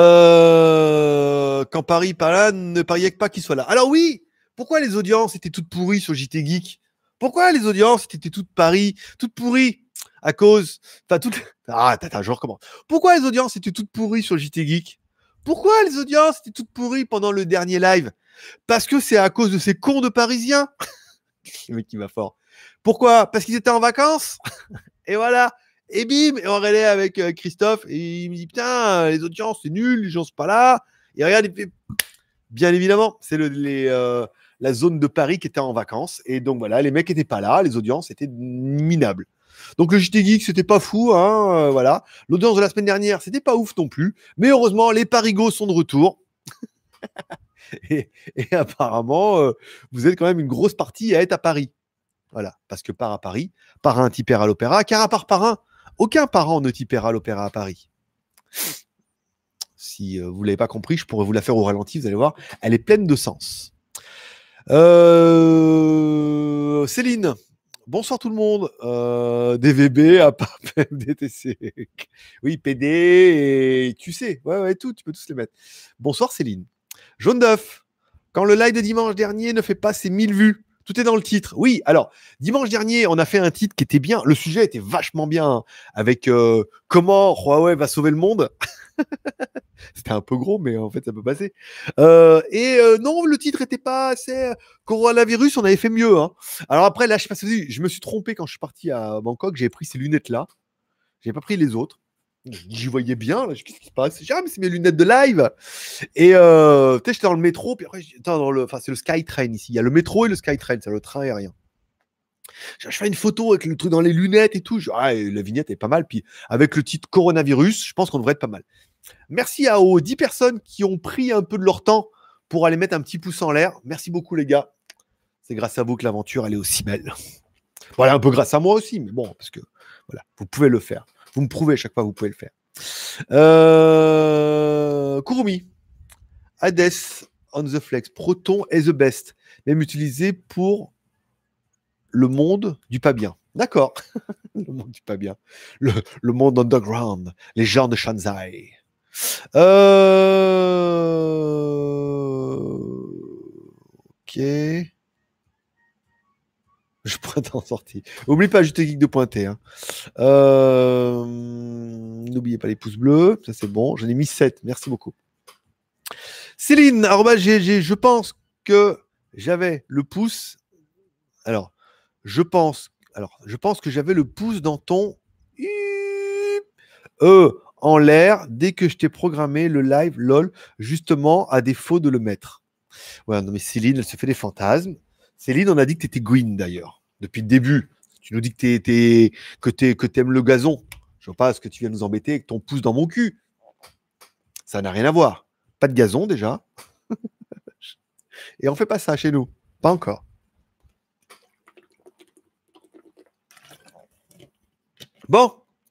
Quand Paris par là, ne pariez pas qu'il soit là. Alors oui, pourquoi les audiences étaient toutes pourries sur JT Geek? Pourquoi les audiences étaient toutes pourries? À cause. Enfin, toutes. Ah, attends, je recommence. Pourquoi les audiences étaient toutes pourries sur JT Geek? Pourquoi les audiences étaient toutes pourries pendant le dernier live? Parce que c'est à cause de ces cons de Parisiens. Le mec qui va fort. Pourquoi? Parce qu'ils étaient en vacances. Et voilà. Et bim, et on relève avec Christophe. Et il me dit, putain, les audiences, c'est nul, les gens sont pas là. Et regarde, il fait, bien évidemment, c'est la zone de Paris qui était en vacances. Et donc voilà, les mecs n'étaient pas là, les audiences étaient minables. Donc le JT Geek, c'était pas fou, hein, voilà. L'audience de la semaine dernière, c'était pas ouf non plus. Mais heureusement, les Parigots sont de retour. et apparemment, vous êtes quand même une grosse partie à être à Paris. Voilà, parce que part à Paris, parrain typère à l'opéra, car à part parrain, aucun parent ne typera à l'opéra à Paris. Si vous ne l'avez pas compris, je pourrais vous la faire au ralenti, vous allez voir, elle est pleine de sens. Céline, bonsoir tout le monde. DVB, à part DTC. Oui, PD et QC. Ouais, tout, tu peux tous les mettre. Bonsoir Céline. Jaune d'œuf, quand le live de dimanche dernier ne fait pas ses 1000 vues, tout est dans le titre. Oui, alors, dimanche dernier, on a fait un titre qui était bien. Le sujet était vachement bien, hein, avec comment Huawei va sauver le monde. C'était un peu gros, mais en fait, ça peut passer. Non, le titre était pas assez coronavirus, on avait fait mieux. Hein. Alors après, là, je sais pas si je me suis trompé quand je suis parti à Bangkok, j'avais pris ces lunettes-là. J'ai pas pris les autres. J'y voyais bien, là, qu'est-ce qui se passe? Ah, mais c'est mes lunettes de live. Et j'étais dans le métro, puis après, c'est le Skytrain ici. Il y a le métro et le Skytrain, c'est le train aérien. Je fais une photo avec le truc dans les lunettes et tout. La vignette est pas mal. Puis avec le titre coronavirus, je pense qu'on devrait être pas mal. Merci aux 10 personnes qui ont pris un peu de leur temps pour aller mettre un petit pouce en l'air. Merci beaucoup, les gars. C'est grâce à vous que l'aventure, elle est aussi belle. Voilà, un peu grâce à moi aussi, mais bon, parce que voilà, vous pouvez le faire. Vous me prouvez à chaque fois que vous pouvez le faire. Kurumi. Hades on the flex. Proton est the best. Même utilisé pour le monde du pas bien. D'accord. Le monde du pas bien. Le monde underground. Les gens de Shanzai. Ok. Je pointe en sortie. Oublie pas, juste geek de pointer. Hein. N'oubliez pas les pouces bleus. Ça, c'est bon. J'en ai mis 7. Merci beaucoup. Céline, GG, je pense que j'avais le pouce. Alors, je pense que j'avais le pouce dans ton en l'air dès que je t'ai programmé le live LOL, justement, à défaut de le mettre. Ouais, non, mais Céline, elle se fait des fantasmes. Céline, on a dit que tu étais Gwyn, d'ailleurs, depuis le début. Tu nous dis que t'aimes le gazon. Je vois pas ce que tu viens nous embêter avec ton pouce dans mon cul. Ça n'a rien à voir. Pas de gazon, déjà. Et on fait pas ça chez nous. Pas encore. Bon.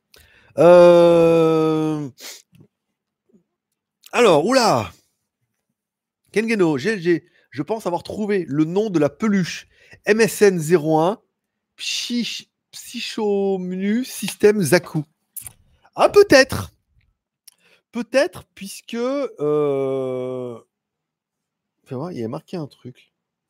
Alors, oula. Kengeno, GLG, je pense avoir trouvé le nom de la peluche MSN 01 Psychomnu Système Zaku. Ah, peut-être. Peut-être, puisque... Fais voir, il y a marqué un truc.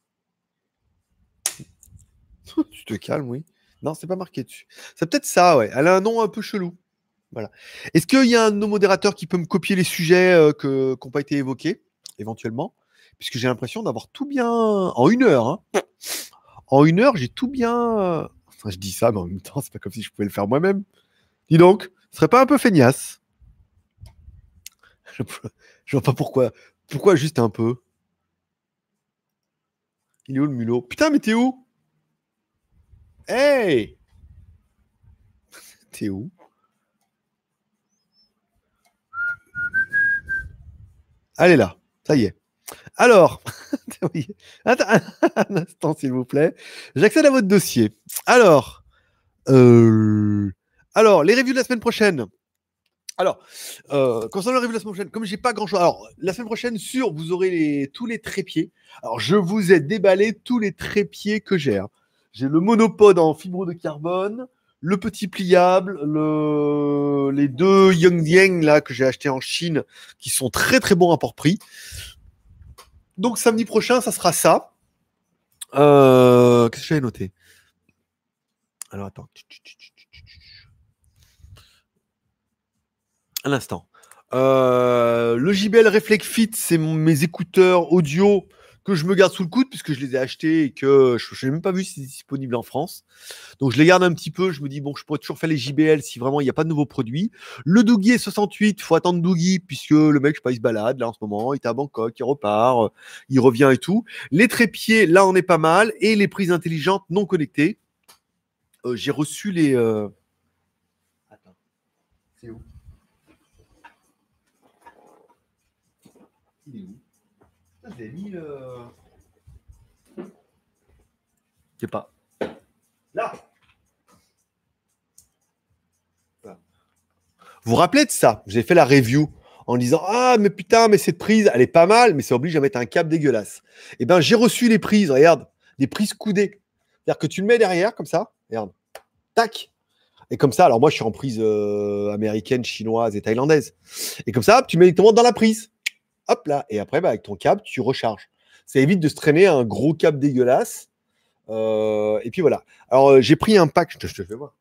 Tu te calmes, oui. Non, c'est pas marqué dessus. C'est peut-être ça, ouais. Elle a un nom un peu chelou. Voilà. Est-ce qu'il y a un de nos modérateurs qui peut me copier les sujets qui n'ont pas été évoqués, éventuellement? Puisque j'ai l'impression d'avoir tout bien... En 1 heure, hein. En 1 heure, j'ai tout bien... Enfin, je dis ça, mais en même temps, c'est pas comme si je pouvais le faire moi-même. Dis donc, ce serait pas un peu feignasse? Je vois pas pourquoi. Pourquoi juste un peu? Il est où le mulot? Putain, mais t'es où? Hey! T'es où? Allez là, ça y est. Alors, oui. Attends, un instant, s'il vous plaît. J'accède à votre dossier. Alors, les reviews de la semaine prochaine. Alors, concernant les reviews de la semaine prochaine, comme j'ai pas grand-chose. Alors, la semaine prochaine, vous aurez tous les trépieds. Alors, je vous ai déballé tous les trépieds que j'ai. Hein. J'ai le monopode en fibre de carbone, le petit pliable, les 2 Yongdieng là que j'ai acheté en Chine, qui sont très très bons rapport-prix. Donc samedi prochain, ça sera ça. Qu'est-ce que j'avais noté? Alors attends. Un instant. Le JBL Reflect Fit, c'est mes écouteurs audio que je me garde sous le coude puisque je les ai achetés et que je n'ai même pas vu si c'est disponible en France. Donc je les garde un petit peu. Je me dis, bon, je pourrais toujours faire les JBL si vraiment il n'y a pas de nouveaux produits. Le Doogie est 68, il faut attendre Doogie puisque le mec, je sais pas, il se balade là en ce moment. Il est à Bangkok, il repart, il revient et tout. Les trépieds, là, on est pas mal. Et les prises intelligentes non connectées. J'ai reçu les. Attends, c'est où? Il est où? Je l'ai mis. Je sais pas. Là. Voilà. Vous vous rappelez de ça? J'ai fait la review en disant ah mais putain mais cette prise elle est pas mal mais ça oblige à mettre un câble dégueulasse. Et ben j'ai reçu les prises, regarde, des prises coudées. C'est-à-dire que tu le mets derrière comme ça, regarde, tac. Et comme ça, alors moi je suis en prise américaine, chinoise et thaïlandaise. Et comme ça, tu mets directement dans la prise. Hop là. Et après, bah, avec ton câble, tu recharges. Ça évite de se traîner un gros câble dégueulasse. Et puis voilà. Alors j'ai pris un pack, je te fais voir.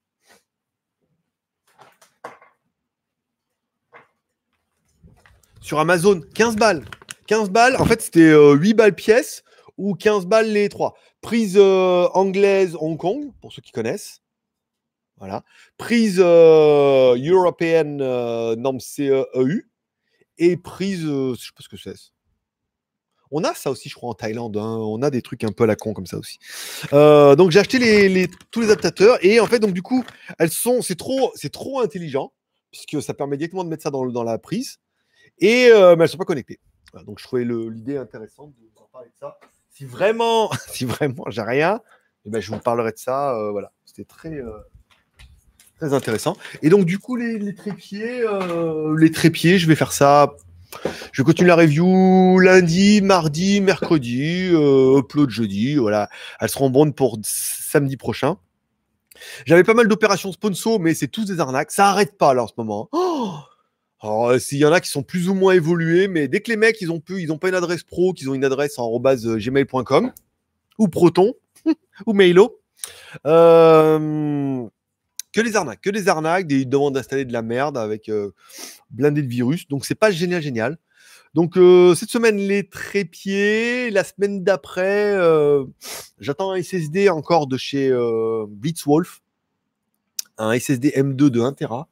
Sur Amazon, 15 balles. 15 balles, en fait c'était 8 balles pièce ou 15 balles les 3. Prise anglaise Hong Kong, pour ceux qui connaissent. Voilà. Prise European norme CEU et prise, je sais pas ce que c'est. On a ça aussi, je crois, en Thaïlande. Hein. On a des trucs un peu à la con comme ça aussi. Donc j'ai acheté tous les adaptateurs et en fait, donc du coup, c'est trop intelligent puisque ça permet directement de mettre ça dans la prise et mais elles sont pas connectées. Voilà, donc je trouvais l'idée intéressante de vous en parler de ça. Si vraiment, si vraiment j'ai rien, eh ben, je vous parlerai de ça. Voilà, c'était très intéressant. Et donc du coup, les trépieds, je vais faire ça. Je continue la review lundi, mardi, mercredi, upload jeudi. Voilà, elles seront bonnes pour samedi prochain. J'avais pas mal d'opérations sponsor, mais c'est tous des arnaques. Ça arrête pas là en ce moment. Oh alors, s'il y en a qui sont plus ou moins évolués, mais dès que les mecs ils ont pas une adresse pro, qu'ils ont une adresse en @gmail.com ou Proton ou Mailo, que des arnaques, des demandes d'installer de la merde avec blindé de virus. Donc c'est pas génial. Donc cette semaine les trépieds, la semaine d'après j'attends un SSD encore de chez Blitzwolf, un SSD M2 de 1 Tera.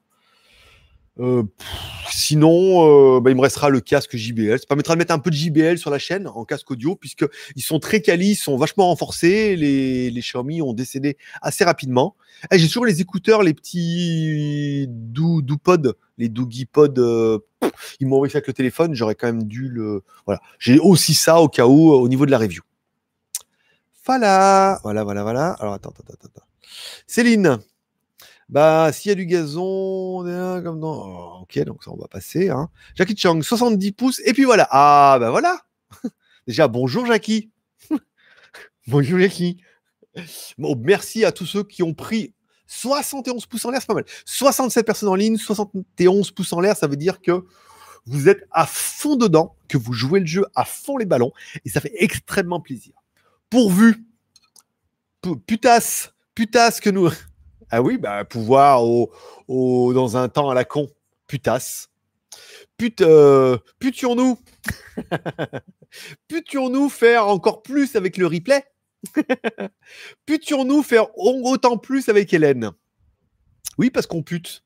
Sinon, il me restera le casque JBL. Ça permettra de mettre un peu de JBL sur la chaîne en casque audio, puisqu'ils sont très quali, ils sont vachement renforcés. Les Xiaomi ont décédé assez rapidement. Et j'ai toujours les écouteurs, les petits DoPod, les DoogiePod. Ils m'ont envoyé ça avec le téléphone. J'aurais quand même dû le. Voilà. J'ai aussi ça au cas où, au niveau de la review. Voilà. Alors, attends. Céline. Bah, s'il y a du gazon, comme dans. Oh, ok, donc ça, on va passer. Hein. Jackie Chang, 70 pouces. Et puis voilà. Ah, bah voilà. Déjà, bonjour, Jackie. Bonjour, Jackie. Bon, merci à tous ceux qui ont pris 71 pouces en l'air. C'est pas mal. 67 personnes en ligne, 71 pouces en l'air. Ça veut dire que vous êtes à fond dedans, que vous jouez le jeu à fond les ballons. Et ça fait extrêmement plaisir. Pourvu. Putasse que nous. Ah oui, bah, pouvoir dans un temps à la con. Putasse. Putions-nous. Putions-nous faire encore plus avec le replay. Putions-nous faire autant plus avec Hélène. Oui, parce qu'on pute.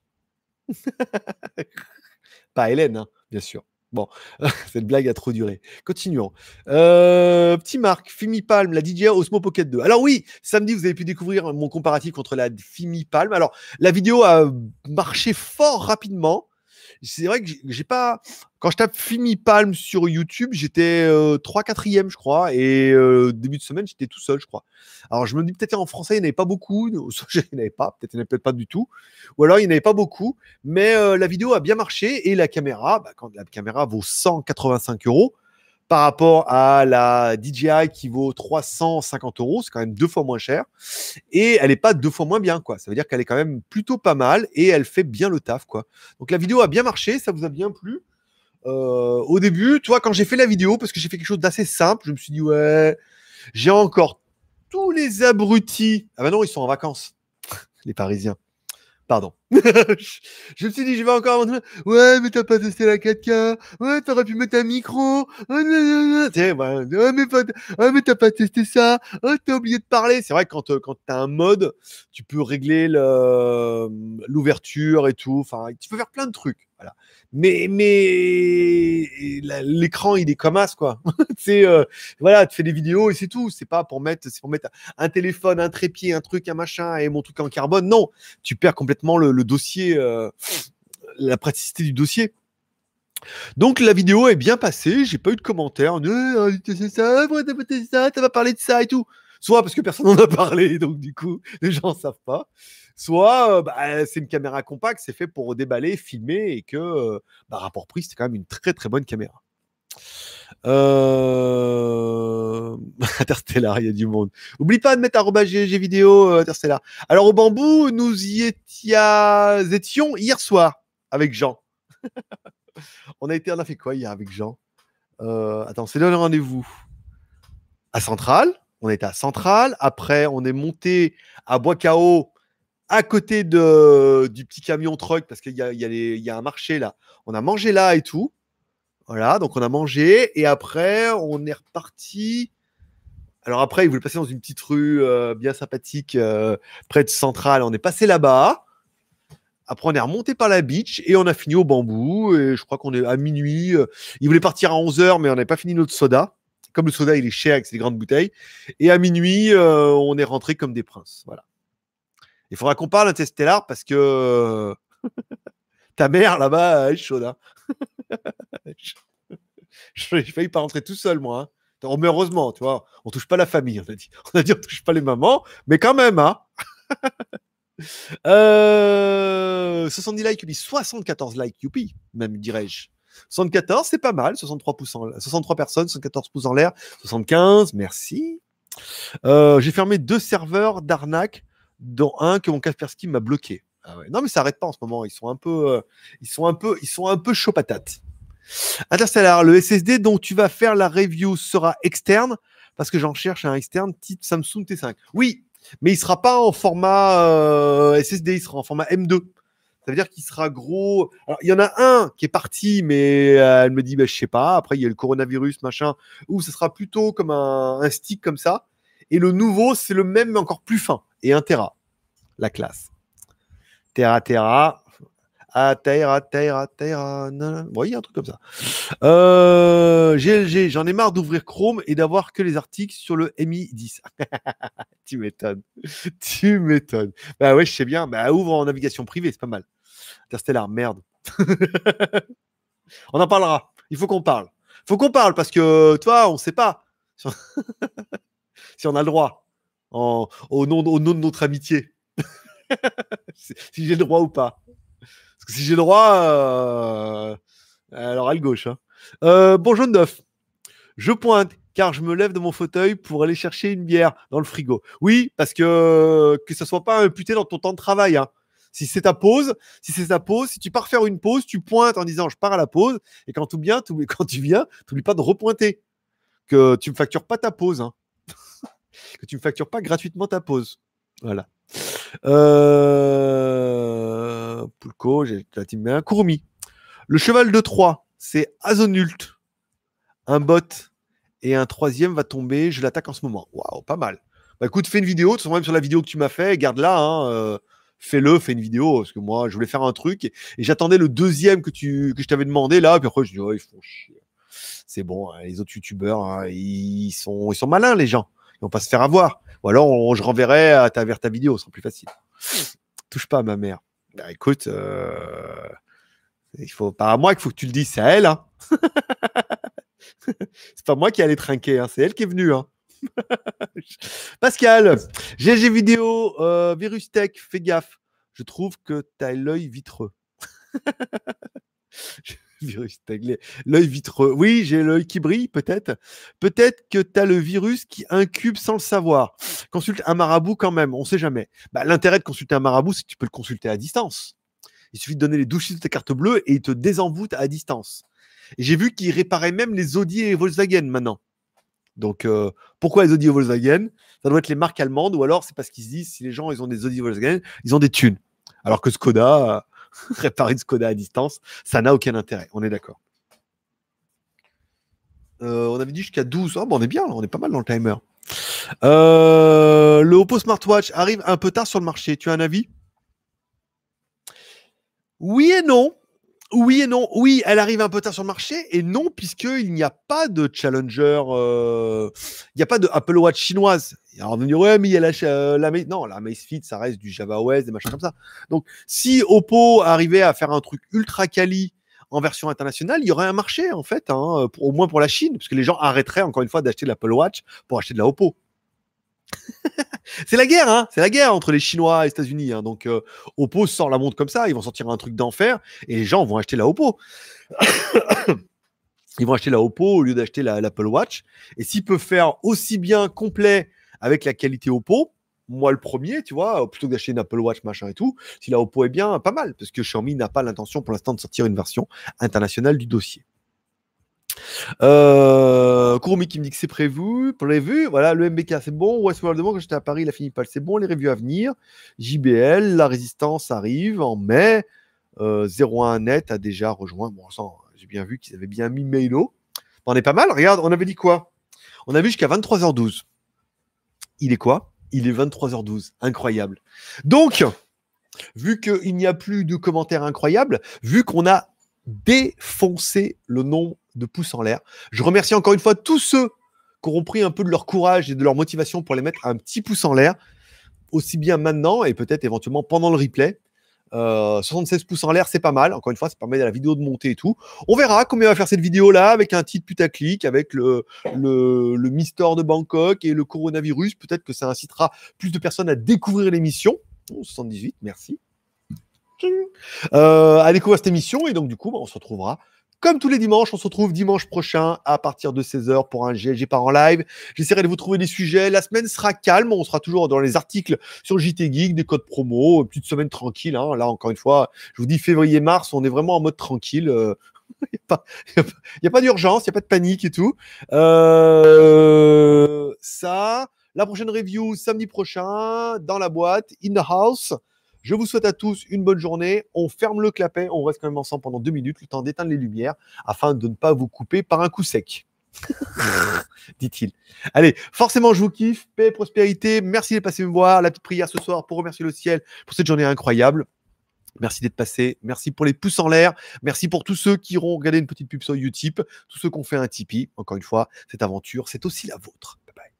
Pas Hélène, hein, bien sûr. Bon, cette blague a trop duré. Continuons. Petit Marc, Fimi Palm, la DJI Osmo Pocket 2. Alors oui, samedi, vous avez pu découvrir mon comparatif contre la Fimi Palm. Alors, la vidéo a marché fort rapidement. C'est vrai que j'ai pas... Quand je tape Fimi Palm sur YouTube, j'étais 3/4e, je crois. Et début de semaine, j'étais tout seul, je crois. Alors, je me dis peut-être en français, il n'y en avait pas beaucoup. Soit il n'y en avait pas, peut-être il n'y en avait peut-être pas du tout. Ou alors, il n'y en avait pas beaucoup. Mais la vidéo a bien marché. Et la caméra, bah, quand la caméra vaut 185 € par rapport à la DJI qui vaut 350 €, c'est quand même 2 fois moins cher. Et elle n'est pas 2 fois moins bien, quoi. Ça veut dire qu'elle est quand même plutôt pas mal et elle fait bien le taf, quoi. Donc la vidéo a bien marché, ça vous a bien plu. Au début, tu vois, quand j'ai fait la vidéo, parce que j'ai fait quelque chose d'assez simple, je me suis dit, ouais, j'ai encore tous les abrutis. Ah bah non, ils sont en vacances, les Parisiens. Pardon. Je me suis dit, je vais encore avant. Ouais, mais t'as pas testé la 4K. Ouais, t'aurais pu mettre un micro. Tu sais, ouais, mais t'as pas testé ça. Oh, t'as oublié de parler. C'est vrai que quand t'as un mode, tu peux régler l'ouverture et tout. Enfin, tu peux faire plein de trucs. Voilà. Mais l'écran, il est comme as, quoi. C'est voilà, tu fais des vidéos et c'est tout. C'est pour mettre un téléphone, un trépied, un truc, un machin et mon truc en carbone. Non, tu perds complètement le dossier, la praticité du dossier. Donc la vidéo est bien passée, j'ai pas eu de commentaires. C'est ça, pourquoi t'as pas testé ça, t'as pas parlé de ça et tout. Soit parce que personne n'en a parlé, donc du coup les gens savent pas. Soit c'est une caméra compacte, c'est fait pour déballer, filmer et que rapport prix, c'était quand même une très très bonne caméra. Interstellar, il y a du monde. Oublie pas de mettre @GG vidéo Interstellar. Alors au bambou, nous y étions hier soir avec Jean. On a fait quoi hier avec Jean? Attends, c'est le rendez-vous à Centrale. On était à Centrale. Après, on est monté à Bois-Cao, à côté du petit camion truck, parce qu'il y a un marché là. On a mangé là et tout. Voilà, donc on a mangé. Et après, on est reparti. Alors après, ils voulaient passer dans une petite rue bien sympathique près de Centrale. On est passé là-bas. Après, on est remonté par la beach et on a fini au bambou. Et je crois qu'on est à minuit. Ils voulaient partir à 11h, mais on n'avait pas fini notre soda. Comme le soda, il est cher avec ses grandes bouteilles. Et à minuit, on est rentré comme des princes. Voilà. Il faudra qu'on parle Interstellar parce que ta mère, là-bas, elle est chaude. Hein. J'ai failli pas rentrer tout seul, moi. Hein. Mais heureusement, tu vois, on touche pas la famille, on a dit. On a dit on touche pas les mamans, mais quand même, hein. 70 likes, youpi. 74 likes, youpi, même dirais-je. 74, c'est pas mal. 63 personnes, 74 pouces en l'air. 75, merci. J'ai fermé 2 serveurs d'arnaque, dont un que mon Kaspersky m'a bloqué. Ah ouais. Non, mais ça arrête pas en ce moment. Ils sont un peu chaud patates. Interstellar, le SSD dont tu vas faire la review sera externe parce que j'en cherche un externe type Samsung T5. Oui, mais il sera pas en format SSD, il sera en format M2. Ça veut dire qu'il sera gros. Alors, il y en a un qui est parti, mais elle me dit, je sais pas. Après, il y a le coronavirus, machin, où ce sera plutôt comme un stick comme ça. Et le nouveau, c'est le même, mais encore plus fin. Et 1 Tera. La classe. Tera. Tera. Bon, il y a un truc comme ça. GLG, j'en ai marre d'ouvrir Chrome et d'avoir que les articles sur le Mi 10. Tu m'étonnes. Bah ouais, je sais bien. Bah ouvre en navigation privée, c'est pas mal. Interstellar, merde. On en parlera. Il faut qu'on parle. Parce que, toi, on sait pas si on a le droit au nom de notre amitié. Si j'ai le droit ou pas. Parce que si j'ai le droit, alors à gauche. Hein. Bon, jaune d'œuf. Je pointe car je me lève de mon fauteuil pour aller chercher une bière dans le frigo. Oui, parce que ça soit pas imputé dans ton temps de travail. Hein. Si c'est ta pause, si tu pars faire une pause, tu pointes en disant je pars à la pause. Et quand tu viens, t'oublies pas de repointer. Que tu me factures pas ta pause. Hein. Que tu me factures pas gratuitement ta pause. Voilà. Poulko, j'ai la team bien. Courmi. Le cheval de Troie, c'est Azonult. Un bot et un 3e va tomber. Je l'attaque en ce moment. Waouh, pas mal. Bah écoute, fais une vidéo. De toute façon, même sur la vidéo que tu m'as fait, garde-la. Hein, fais une vidéo. Parce que moi, je voulais faire un truc. Et j'attendais le 2e que je t'avais demandé là. Puis après, je dis, oh, ils font chier. C'est bon, hein, les autres youtubeurs, hein, ils sont malins, les gens. Ils vont pas se faire avoir. Ou alors, je renverrai vers ta vidéo. Ce sera plus facile. Touche pas à ma mère. Bah écoute, pas à moi qu'il faut que tu le dises, c'est à elle. Hein. C'est pas moi qui allais trinquer, hein. C'est elle qui est venue. Hein. Pascal, GG vidéo, Virus Tech, fais gaffe. Je trouve que tu as l'œil vitreux. Virus Tech, l'œil vitreux. Oui, j'ai l'œil qui brille, peut-être. Peut-être que tu as le virus qui incube sans le savoir. Consulte un marabout quand même, on sait jamais. Bah, l'intérêt de consulter un marabout, c'est que tu peux le consulter à distance. Il suffit de donner les 12 chiffres de ta carte bleue et il te désenvoûte à distance. Et j'ai vu qu'il réparait même les Audi et Volkswagen maintenant. Donc, pourquoi les Audi et Volkswagen? Ça doit être les marques allemandes, ou alors c'est parce qu'ils se disent si les gens ils ont des Audi et Volkswagen, ils ont des thunes. Alors que Skoda, réparer une Skoda à distance, ça n'a aucun intérêt. On est d'accord. On avait dit jusqu'à 12. Oh, bon, on est bien, là, on est pas mal dans le timer. Le Oppo Smartwatch arrive un peu tard sur le marché. Tu as un avis? Oui et non. Oui et non. Oui, elle arrive un peu tard sur le marché et non, puisqu'il n'y a pas de challenger, il n'y a pas de Apple Watch chinoise. Alors on va me dire, ouais, mais il y a non, la Amazfit, ça reste du Java OS, des machins comme ça. Donc, si Oppo arrivait à faire un truc ultra quali en version internationale, il y aurait un marché, en fait, hein, au moins pour la Chine, parce que les gens arrêteraient, encore une fois, d'acheter de l'Apple Watch pour acheter de la Oppo. C'est la guerre, hein. C'est la guerre entre les Chinois et les États-Unis. Hein. Donc, Oppo sort la montre comme ça, ils vont sortir un truc d'enfer et les gens vont acheter la Oppo. Ils vont acheter la Oppo au lieu d'acheter l'Apple Watch. Et s'ils peuvent faire aussi bien complet avec la qualité Oppo, moi le premier, tu vois, plutôt que d'acheter une Apple Watch, machin et tout, si la Oppo est bien, pas mal, parce que Xiaomi n'a pas l'intention pour l'instant de sortir une version internationale du dossier. Kurumi qui me dit que c'est prévu. Voilà, le MBK c'est bon. Westworld quand j'étais à Paris, il a fini par c'est bon. Les reviews à venir. JBL, la résistance arrive en mai. 01 Net a déjà rejoint. Bon, ça, j'ai bien vu qu'ils avaient bien mis Mailo. On est pas mal. Regarde, on avait dit quoi? On a vu jusqu'à 23h12. Il est quoi? Il est 23h12. Incroyable. Donc, vu qu'il n'y a plus de commentaires incroyables, vu qu'on a défoncé le nombre de pouces en l'air, je remercie encore une fois tous ceux qui auront pris un peu de leur courage et de leur motivation pour les mettre un petit pouce en l'air, aussi bien maintenant et peut-être éventuellement pendant le replay. 76 pouces en l'air, c'est pas mal. Encore une fois, ça permet à la vidéo de monter et tout. On verra combien va faire cette vidéo-là avec un titre putaclic, avec le Mister de Bangkok et le coronavirus. Peut-être que ça incitera plus de personnes à découvrir l'émission. 78, merci. À découvrir cette émission. Et donc, du coup, on se retrouvera comme tous les dimanches. On se retrouve dimanche prochain à partir de 16h pour un GLG par en live. J'essaierai de vous trouver des sujets. La semaine sera calme. On sera toujours dans les articles sur JT Geek, des codes promo. Une petite semaine tranquille. Hein. Là, encore une fois, je vous dis février-mars, on est vraiment en mode tranquille. Il n'y a pas d'urgence, il n'y a pas de panique et tout. Ça, la prochaine review samedi prochain dans la boîte, in the house. Je vous souhaite à tous une bonne journée. On ferme le clapet, on reste quand même ensemble pendant 2 minutes, le temps d'éteindre les lumières, afin de ne pas vous couper par un coup sec. Dit-il. Allez, forcément, je vous kiffe. Paix et prospérité. Merci d'être passé me voir. La petite prière ce soir pour remercier le ciel pour cette journée incroyable. Merci d'être passé. Merci pour les pouces en l'air. Merci pour tous ceux qui auront regardé une petite pub sur Utip. Tous ceux qui ont fait un Tipeee. Encore une fois, cette aventure, c'est aussi la vôtre. Bye bye.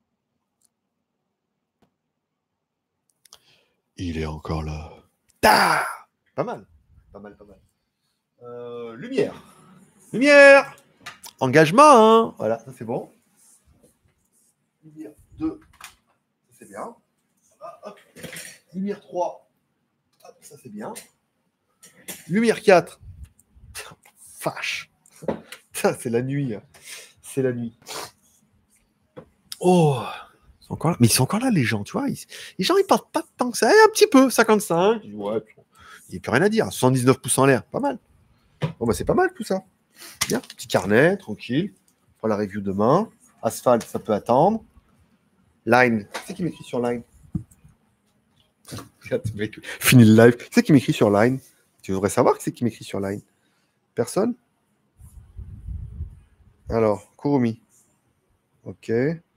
Il est encore là. Ta Pas mal. Pas mal, pas mal. Lumière. Lumière. Engagement, hein. Voilà, ça c'est bon. Lumière 2. Ça c'est bien. Hop. Lumière 3. Hop, ça c'est bien. Lumière 4. Fâche. Ça, c'est la nuit. C'est la nuit. Oh, ils sont encore là. Mais ils sont encore là, les gens, tu vois. Les gens, ils partent pas tant que ça. Un petit peu, 55. Ouais, il n'y a plus rien à dire. 79 pouces en l'air, pas mal. Bon, bah, c'est pas mal tout ça. Bien, petit carnet, tranquille. On fera la review demain. Asphalt, ça peut attendre. Line. C'est qui m'écrit sur Line? Fini le live. C'est qui m'écrit sur Line? Tu devrais savoir que c'est qui m'écrit sur Line. Personne? Alors, Kurumi. Ok.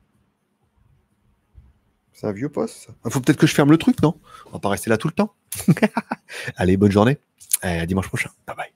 C'est un vieux poste. Il faut peut-être que je ferme le truc, non? On va pas rester là tout le temps. Allez, bonne journée. À dimanche prochain. Bye bye.